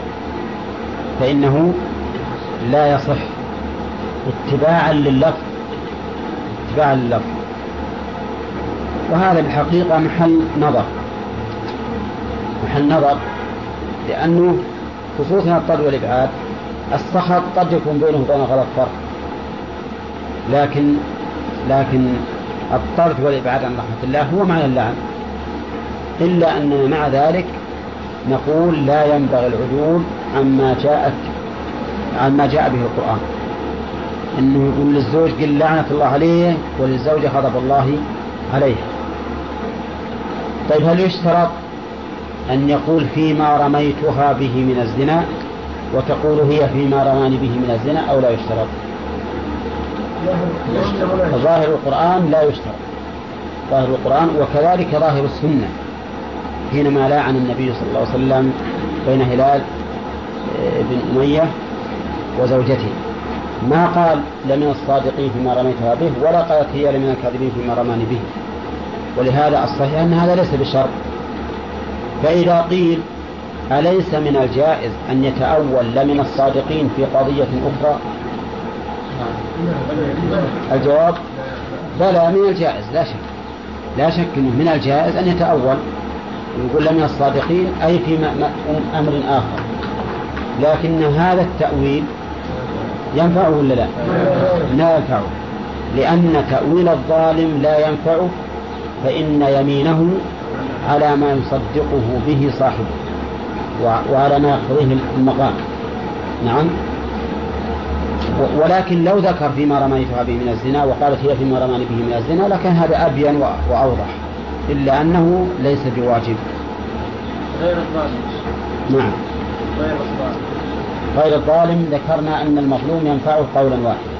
فإنه لا يصح اتباعا لللفظ اتباعا لللفظ. وهذا بالحقيقة محل نظر محل نظر لأنه خصوصا الطرد والإبعاد، السخط قد يكون بينه وبين الغضب فرق، لكن لكن الطرد والإبعاد عن رحمة الله هو معنى اللعن، إلا أننا مع ذلك نقول لا ينبغي العدول عما جاءت عما جاء به القرآن، إنه يقول للزوج قل لعنة الله عليه وللزوجة غضب الله عليه. طيب، هل يشترط أن يقول فيما رميتها به من الزنا وتقول هي فيما رماني به من الزنا، أو لا يشترط؟ ظاهر القرآن لا يشترط، ظاهر القرآن وكذلك ظاهر السنة حينما لاعن النبي صلى الله عليه وسلم بين هلال بن أمية وزوجته، ما قال لمن الصادقين فيما رميتها به، ولا قالت هي لمن الكاذبين فيما رماني به. ولهذا الصحيح أن هذا ليس بشرط. فإذا قيل أليس من الجائز أن يتأول لمن الصادقين في قضية أخرى؟ الجواب بلى، من الجائز لا شك، لا شك أنه من الجائز أن يتأول يقول لمن الصادقين أي في أمر آخر، لكن هذا التأويل ينفعه ولا لا؟ لا ينفعه، لأن تأويل الظالم لا ينفعه، فإن يمينه على ما يصدقه به صاحبه. وعلى ما يقتضيه المقام. نعم. ولكن لو ذكر فيما رميتها به من الزنا وقالت هي فيما رماني به من الزنا لكان هذا أبين وأوضح، إلا أنه ليس بواجب. غير الظالم. نعم. غير الظالم. غير الظالم ذكرنا أن المظلوم ينفعه قولا واحدا،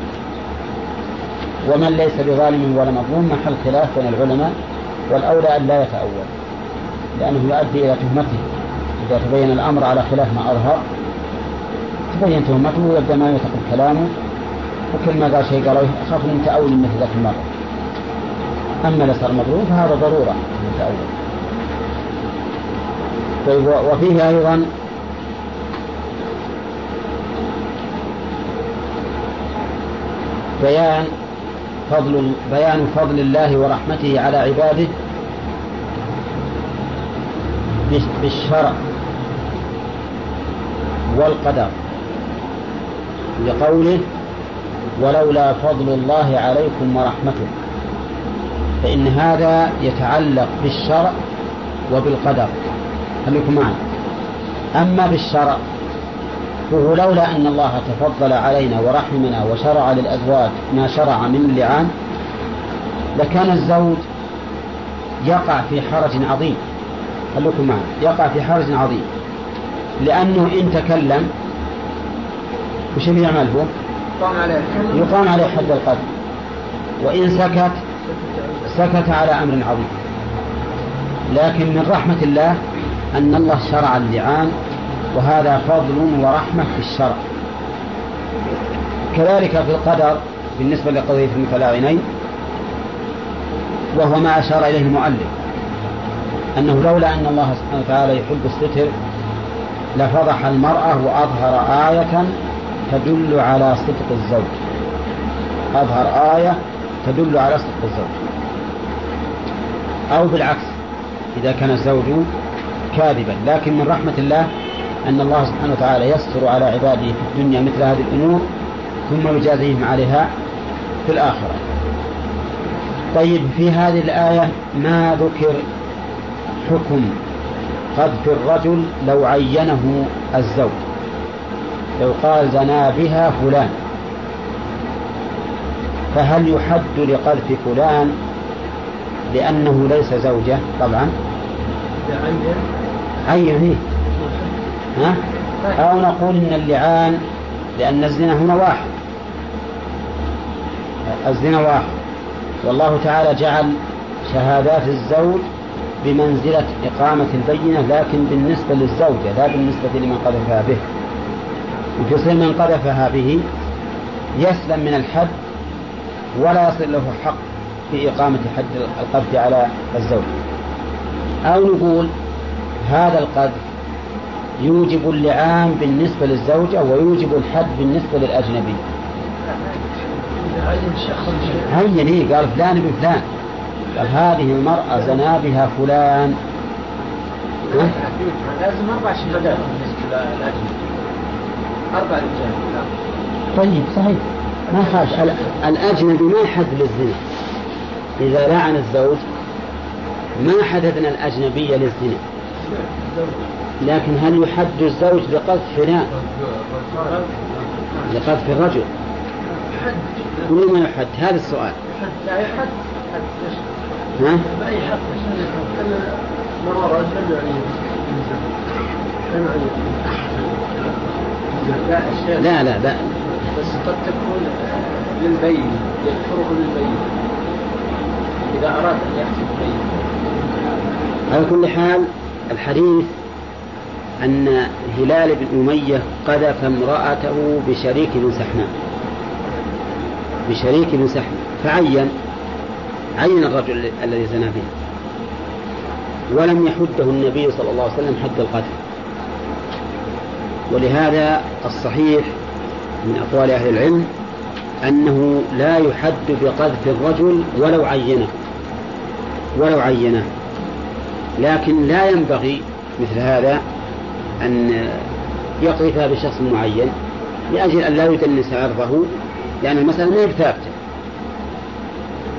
ومن ليس بظالم ولا مظلوم محل خلاف بين العلماء، والأولى أن لا يتأول لأنه يؤدي إلى تهمته. إذا تبين الأمر على خلاف ما أظهر تبين تهمته ويبدأ ما يتقل كلامه، وكل ما قال شيء قال أخاف من تأول مثل ذاك المرة. أما لسر مظلوم فهذا ضرورة من تأول. طيب، وفيه أيضا بيان فضل بيان فضل الله ورحمته على عباده بالشرع والقدر، لقوله ولولا فضل الله عليكم ورحمته، فإن هذا يتعلق بالشرع وبالقدر. خليكم معنا. أما بالشرع فهو لولا أن الله تفضل علينا ورحمنا وشرع للأزواج ما شرع من اللعان لكان الزوج يقع في حرج عظيم. خليكم معنا. يقع في حرج عظيم، لأنه إن تكلم وش يعمل هو؟ يقام عليه حد القذف، وإن سكت سكت على أمر عظيم. لكن من رحمة الله أن الله شرع اللعان، وهذا فضل ورحمة في الشرع. كذلك في القدر بالنسبة لقضية المتلاعنين، وهو ما أشار إليه المؤلف أنه لولا أن الله سبحانه وتعالى يحب الستر لفضح المرأة وأظهر آية تدل على صدق الزوج. أظهر آية تدل على صدق الزوج، أو بالعكس إذا كان الزوج كاذبا. لكن من رحمة الله أن الله سبحانه وتعالى يستر على عباده في الدنيا مثل هذه الأمور ثم يجازيهم عليها في الآخرة. طيب، في هذه الآية ما ذكر حكم قذف الرجل لو عينه الزوج، لو قال زنا بها فلان، فهل يحد لقذف فلان لأنه ليس زوجة؟ طبعا عينه. ها؟ أو نقول إن اللعان لأن الزنا هنا واحد، الزنا واحد، والله تعالى جعل شهادات الزوج بمنزلة إقامة البينة، لكن بالنسبة للزوجة لا بالنسبة لمن قذفها به. وتصير من قذفها به يسلم من الحد ولا يصل له حق في إقامة حد القذف على الزوج. أو نقول هذا القذف يوجب اللعان بالنسبة للزوجة ويوجب الحد بالنسبة للأجنبي. هيا ليه قال فلان بفلان، قال هذه المرأة زنا بها فلان. لازم أربع شهادات بالنسبة للأجنبي، أربع رجال. طيب صحيح، ما خاش الأجنبي ما حد للزنا. إذا لعن الزوج ما حدثنا الأجنبي للزنا، لكن هل يحد الزوج لقذف فلان لقذف الرجل؟ كل ما يحد، هذا السؤال. لا يحد. ها؟ بأي حد؟ مرة رجل يعني لا لا لا بس قد تكون للبين، يذكره للبين إذا أراد أن يحسب بين. على كل حال الحديث أن هلال بن أمية قذف امرأته بشريك بن سحناء بشريك بن سحناء فعين عين الرجل الذي زنا به، ولم يحده النبي صلى الله عليه وسلم حد القذف. ولهذا الصحيح من أقوال أهل العلم أنه لا يحد بقذف الرجل ولو عينه ولو عينه لكن لا ينبغي مثل هذا أن يقذف بشخص معين لأجل أن لا يدنس عرضه، لأن المسألة ما ثابتة،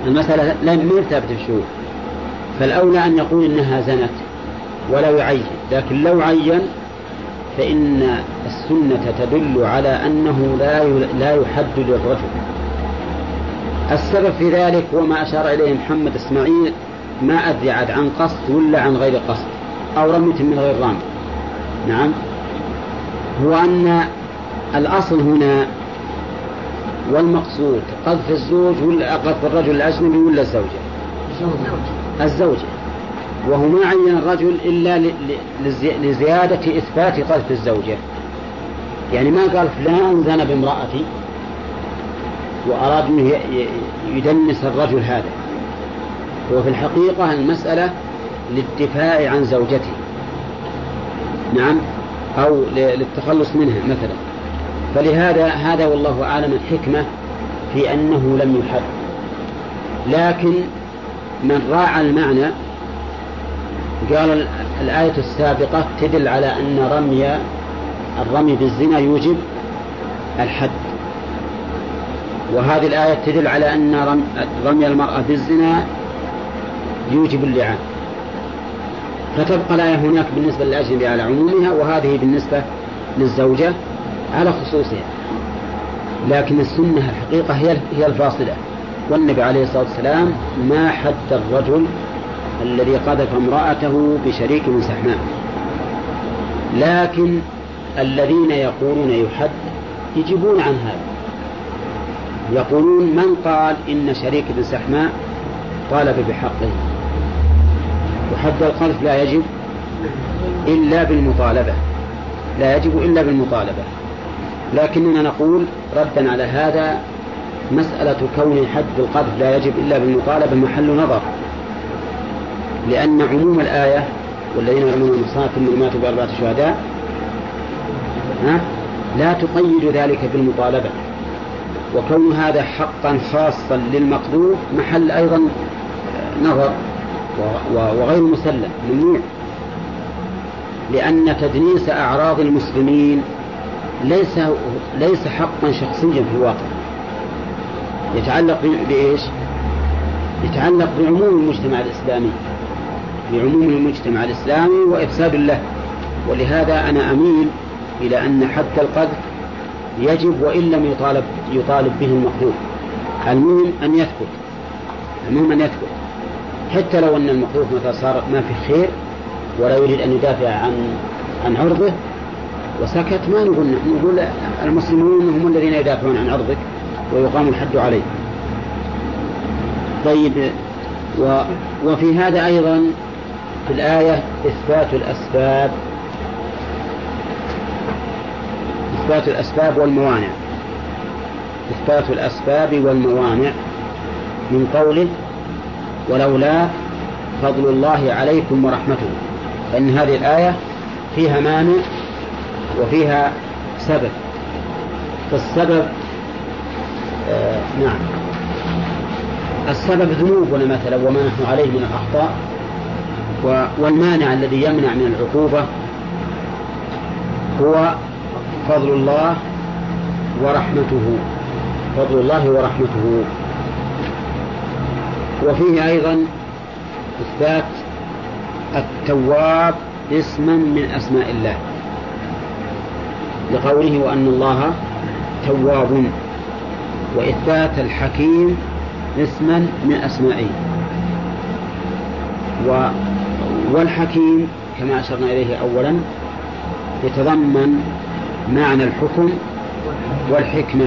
المسألة لا ثابتة في الشروط. فالأولى أن يقول إنها زنت ولا يعين لكن لو عين فإن السنة تدل على أنه لا لا يحدد الرجل. السبب في ذلك هو ما أشار إليه محمد إسماعيل، ما أدري عاد عن قصد ولا عن غير قصد أو رمية من غير رمي. نعم، هو أن الأصل هنا والمقصود قذف الزوج ولا قذف الرجل الأجنبي ولا الزوجة؟ الزوجة. وهو ما عين الرجل إلا لزيادة إثبات قذف الزوجة، يعني ما قال فلان زنى بامرأتي وأراد أن يدنس الرجل هذا، هو في الحقيقة المسألة للدفاع عن زوجته، نعم، أو للتخلص منها مثلا. فلهذا هذا والله أعلم الحكمة في أنه لم يحد. لكن من راعى المعنى قال الآية السابقة تدل على أن رمي الرمي بالزنا يوجب الحد، وهذه الآية تدل على أن رمي المرأة بالزنا يوجب اللعان، فتبقى الآية هناك بالنسبة للأجنبي على عمومها، وهذه بالنسبة للزوجة على خصوصها. لكن السنة الحقيقة هي هي الفاصلة، والنبي عليه الصلاة والسلام ما حد الرجل الذي قذف امرأته بشريك من سحماء. لكن الذين يقولون يحد يجيبون عن هذا، يقولون من قال إن شريك بن سحماء طالب بحقه، وحد القذف لا يجب إلا بالمطالبة، لا يجب إلا بالمطالبة. لكننا نقول ردا على هذا مسألة كون حد القذف لا يجب إلا بالمطالبة محل نظر، لأن عموم الآية والذين يرمون المحصنات ثم ماتوا بأربعة شهداء لا تقيد ذلك بالمطالبة، وكون هذا حقا خاصا للمقذوف محل أيضا نظر وغير مسلم ممنوع، لأن تدنيس أعراض المسلمين ليس ليس حقا شخصيا في الواقع، يتعلق بإيش؟ يتعلق بعموم المجتمع الإسلامي، بعموم المجتمع الإسلامي وإفساد له. ولهذا أنا أميل إلى أن حد القذف يجب وإن لم يطالب يطالب به المقذوف، المهم أن يثبت، المهم أن يثبت، حتى لو أن المقذوف متى صار ما في خير ولا يريد أن يدافع عن عن عرضه وسكت، ما نقول نقول المسلمون هم الذين يدافعون عن عرضك ويقام الحد عليه. طيب، و وفي هذا أيضا في الآية إثبات الأسباب، إثبات الأسباب والموانع، إثبات الأسباب والموانع من قوله ولولا فضل الله عليكم ورحمته، فإن هذه الآية فيها مانع وفيها سبب. فالسبب آه نعم السبب ذنوبنا مثلا وما نحن عليه من الأخطاء، والمانع الذي يمنع من العقوبة هو فضل الله ورحمته، فضل الله ورحمته. وفيه أيضا إثبات التواب اسما من أسماء الله، لقوله وأن الله تواب، وإثبات الحكيم اسما من أسمائه. والحكيم كما أشرنا إليه أولا يتضمن معنى الحكم والحكمة،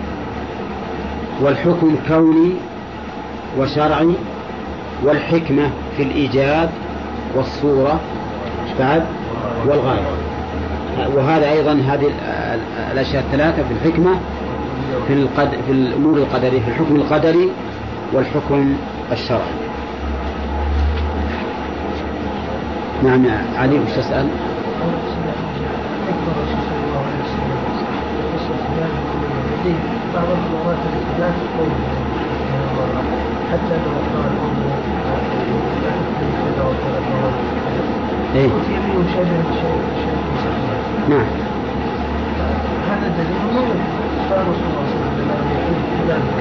والحكم كوني وشرعي، والحكمة في الإيجاد والصورة بعد والغاية. وهذا أيضا هذه الأشياء الثلاثة في الحكمة في, القد... في الأمور القدرية، في الحكم القدري والحكم الشرعي. نعم يا علي وش تسأل؟ بعض المرات لا تقول حتى لو قال ايه نعم هذا الدليل قال رسول الله صلى الله عليه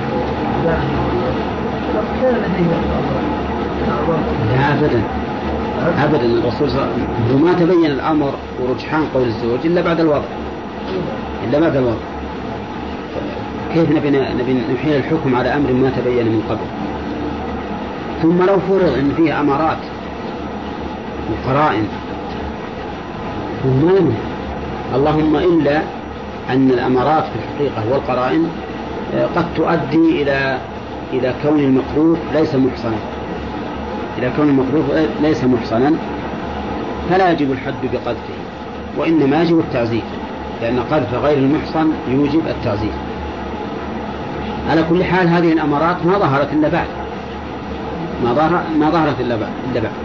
وسلم كان لديه لا أبدا أبدا. الرسول صلى الله عليه وسلم وما تبين الأمر ورجحان قول الزوج إلا بعد الوضع، إلا بعد الوضع. كيف نبي نبي نحيل الحكم على أمر ما تبين من قبل؟ ثم لو فرض أن فيه أمارات وقرائن وما يمنع، اللهم إلا أن الأمارات في الحقيقة والقرائن قد تؤدي إلى إلى كون المقذوف ليس محصنا، إلى كون المقذوف ليس محصنا، فلا يجب الحد بقذفه، وإنما يجب التعزير، لأن قذف غير المحصن يوجب التعزير. على كل حال هذه الأمارات ما ظهرت إلا بعد، ما ظهر ما ظهرت إلا بعد إلا بعد.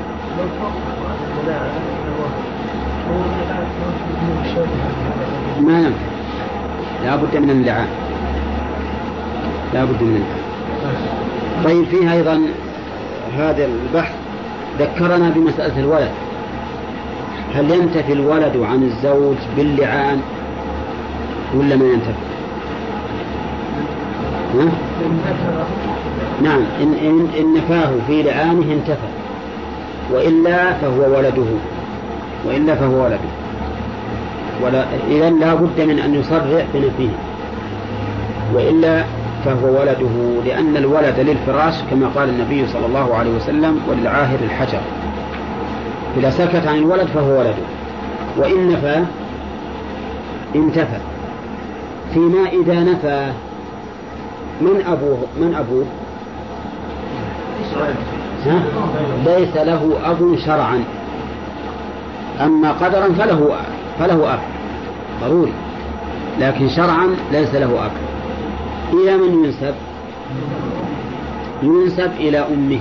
ما ينفع، لا بد من اللعان، لا بد من اللعان. طيب فيه أيضا هذا البحث ذكرنا بمسألة الولد، هل ينتفي الولد عن الزوج باللعان ولا ما ينتفي؟ ها؟ نعم، إن, إن, إن نفاه في لعانه انتفى، وإلا فهو ولده، وإلا فهو ولده، ولا إذن لا بد من أن يصرح بنفيه، وإلا فهو ولده، لأن الولد للفراش كما قال النبي صلى الله عليه وسلم وللعاهر الحجر. إذا سكت عن الولد فهو ولده، وإن نفى انتفى. فيما إذا نفى من أبوه من أبوه ها؟ ليس له أب شرعا، أما قدرا فله فله أب ضروري، لكن شرعا ليس له أب. إلى من ينسب؟ ينسب إلى أمه،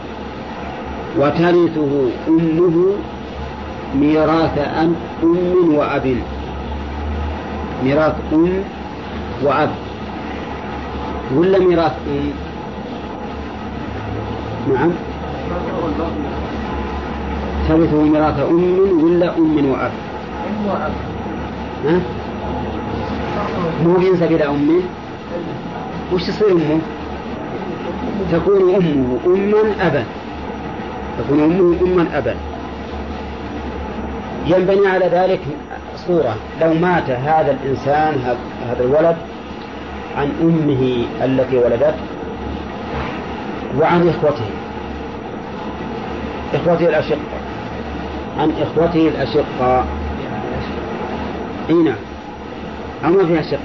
وترثه أمه ميراث أم أم وأب، ميراث أم وأب ولا ميراث أم؟ نعم، ترثه ميراث أم ولا أم وأب؟ ها؟ مو ينسب إلى أمه، وش تصير أمه؟ تكون أمه أما أبا، تكون أمه أما أبا. ينبني على ذلك صورة، لو مات هذا الإنسان هذا الولد عن أمه التي ولدته وعن إخوته إخوته الأشقة عن إخوته الأشقة إينا أما فيها شق،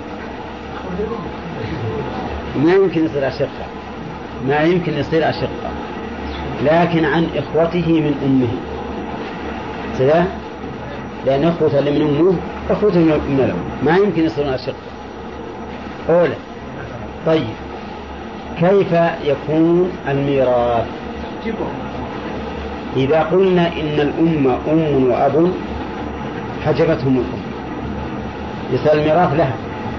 ما يمكن يصير أشقة، ما يمكن يصير أشقة، لكن عن إخوته من أمه سلام، لأن أخوته اللي من أمه أخوته من الأم، ما يمكن يصيرون أشقة أولا. طيب كيف يكون الميراث؟ إذا قلنا إن الأم أم وأب حجبتهم الأم، يصير الميراث لها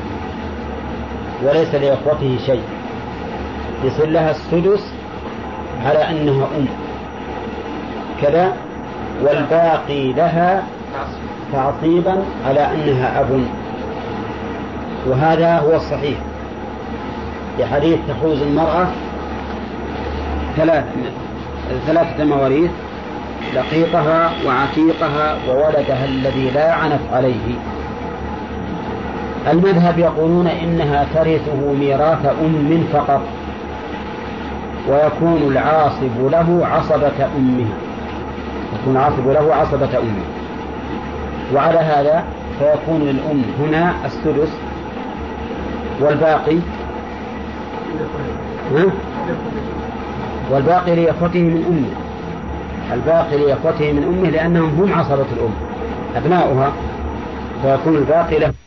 وليس لأخوته شيء، يصير لها السدس على أنها أم كذا، والباقي لها تعصيبا على أنها أب. وهذا هو الصحيح لحديث تحوز المرأة ثلاث ثلاثة مواريث: لقيطها وعتيقها وولدها الذي لا عنت عليه. المذهب يقولون إنها ترثه ميراث أم فقط، ويكون العاصب له عصبة أمه، يكون العاصب له عصبة أمه. وعلى هذا فيكون للأم هنا السدس، والباقي ها؟ والباقي لإخوته من أمه، الباقي لإخوته من أمه لأنهم هم عصبة الأم أبناؤها، فيكون الباقي له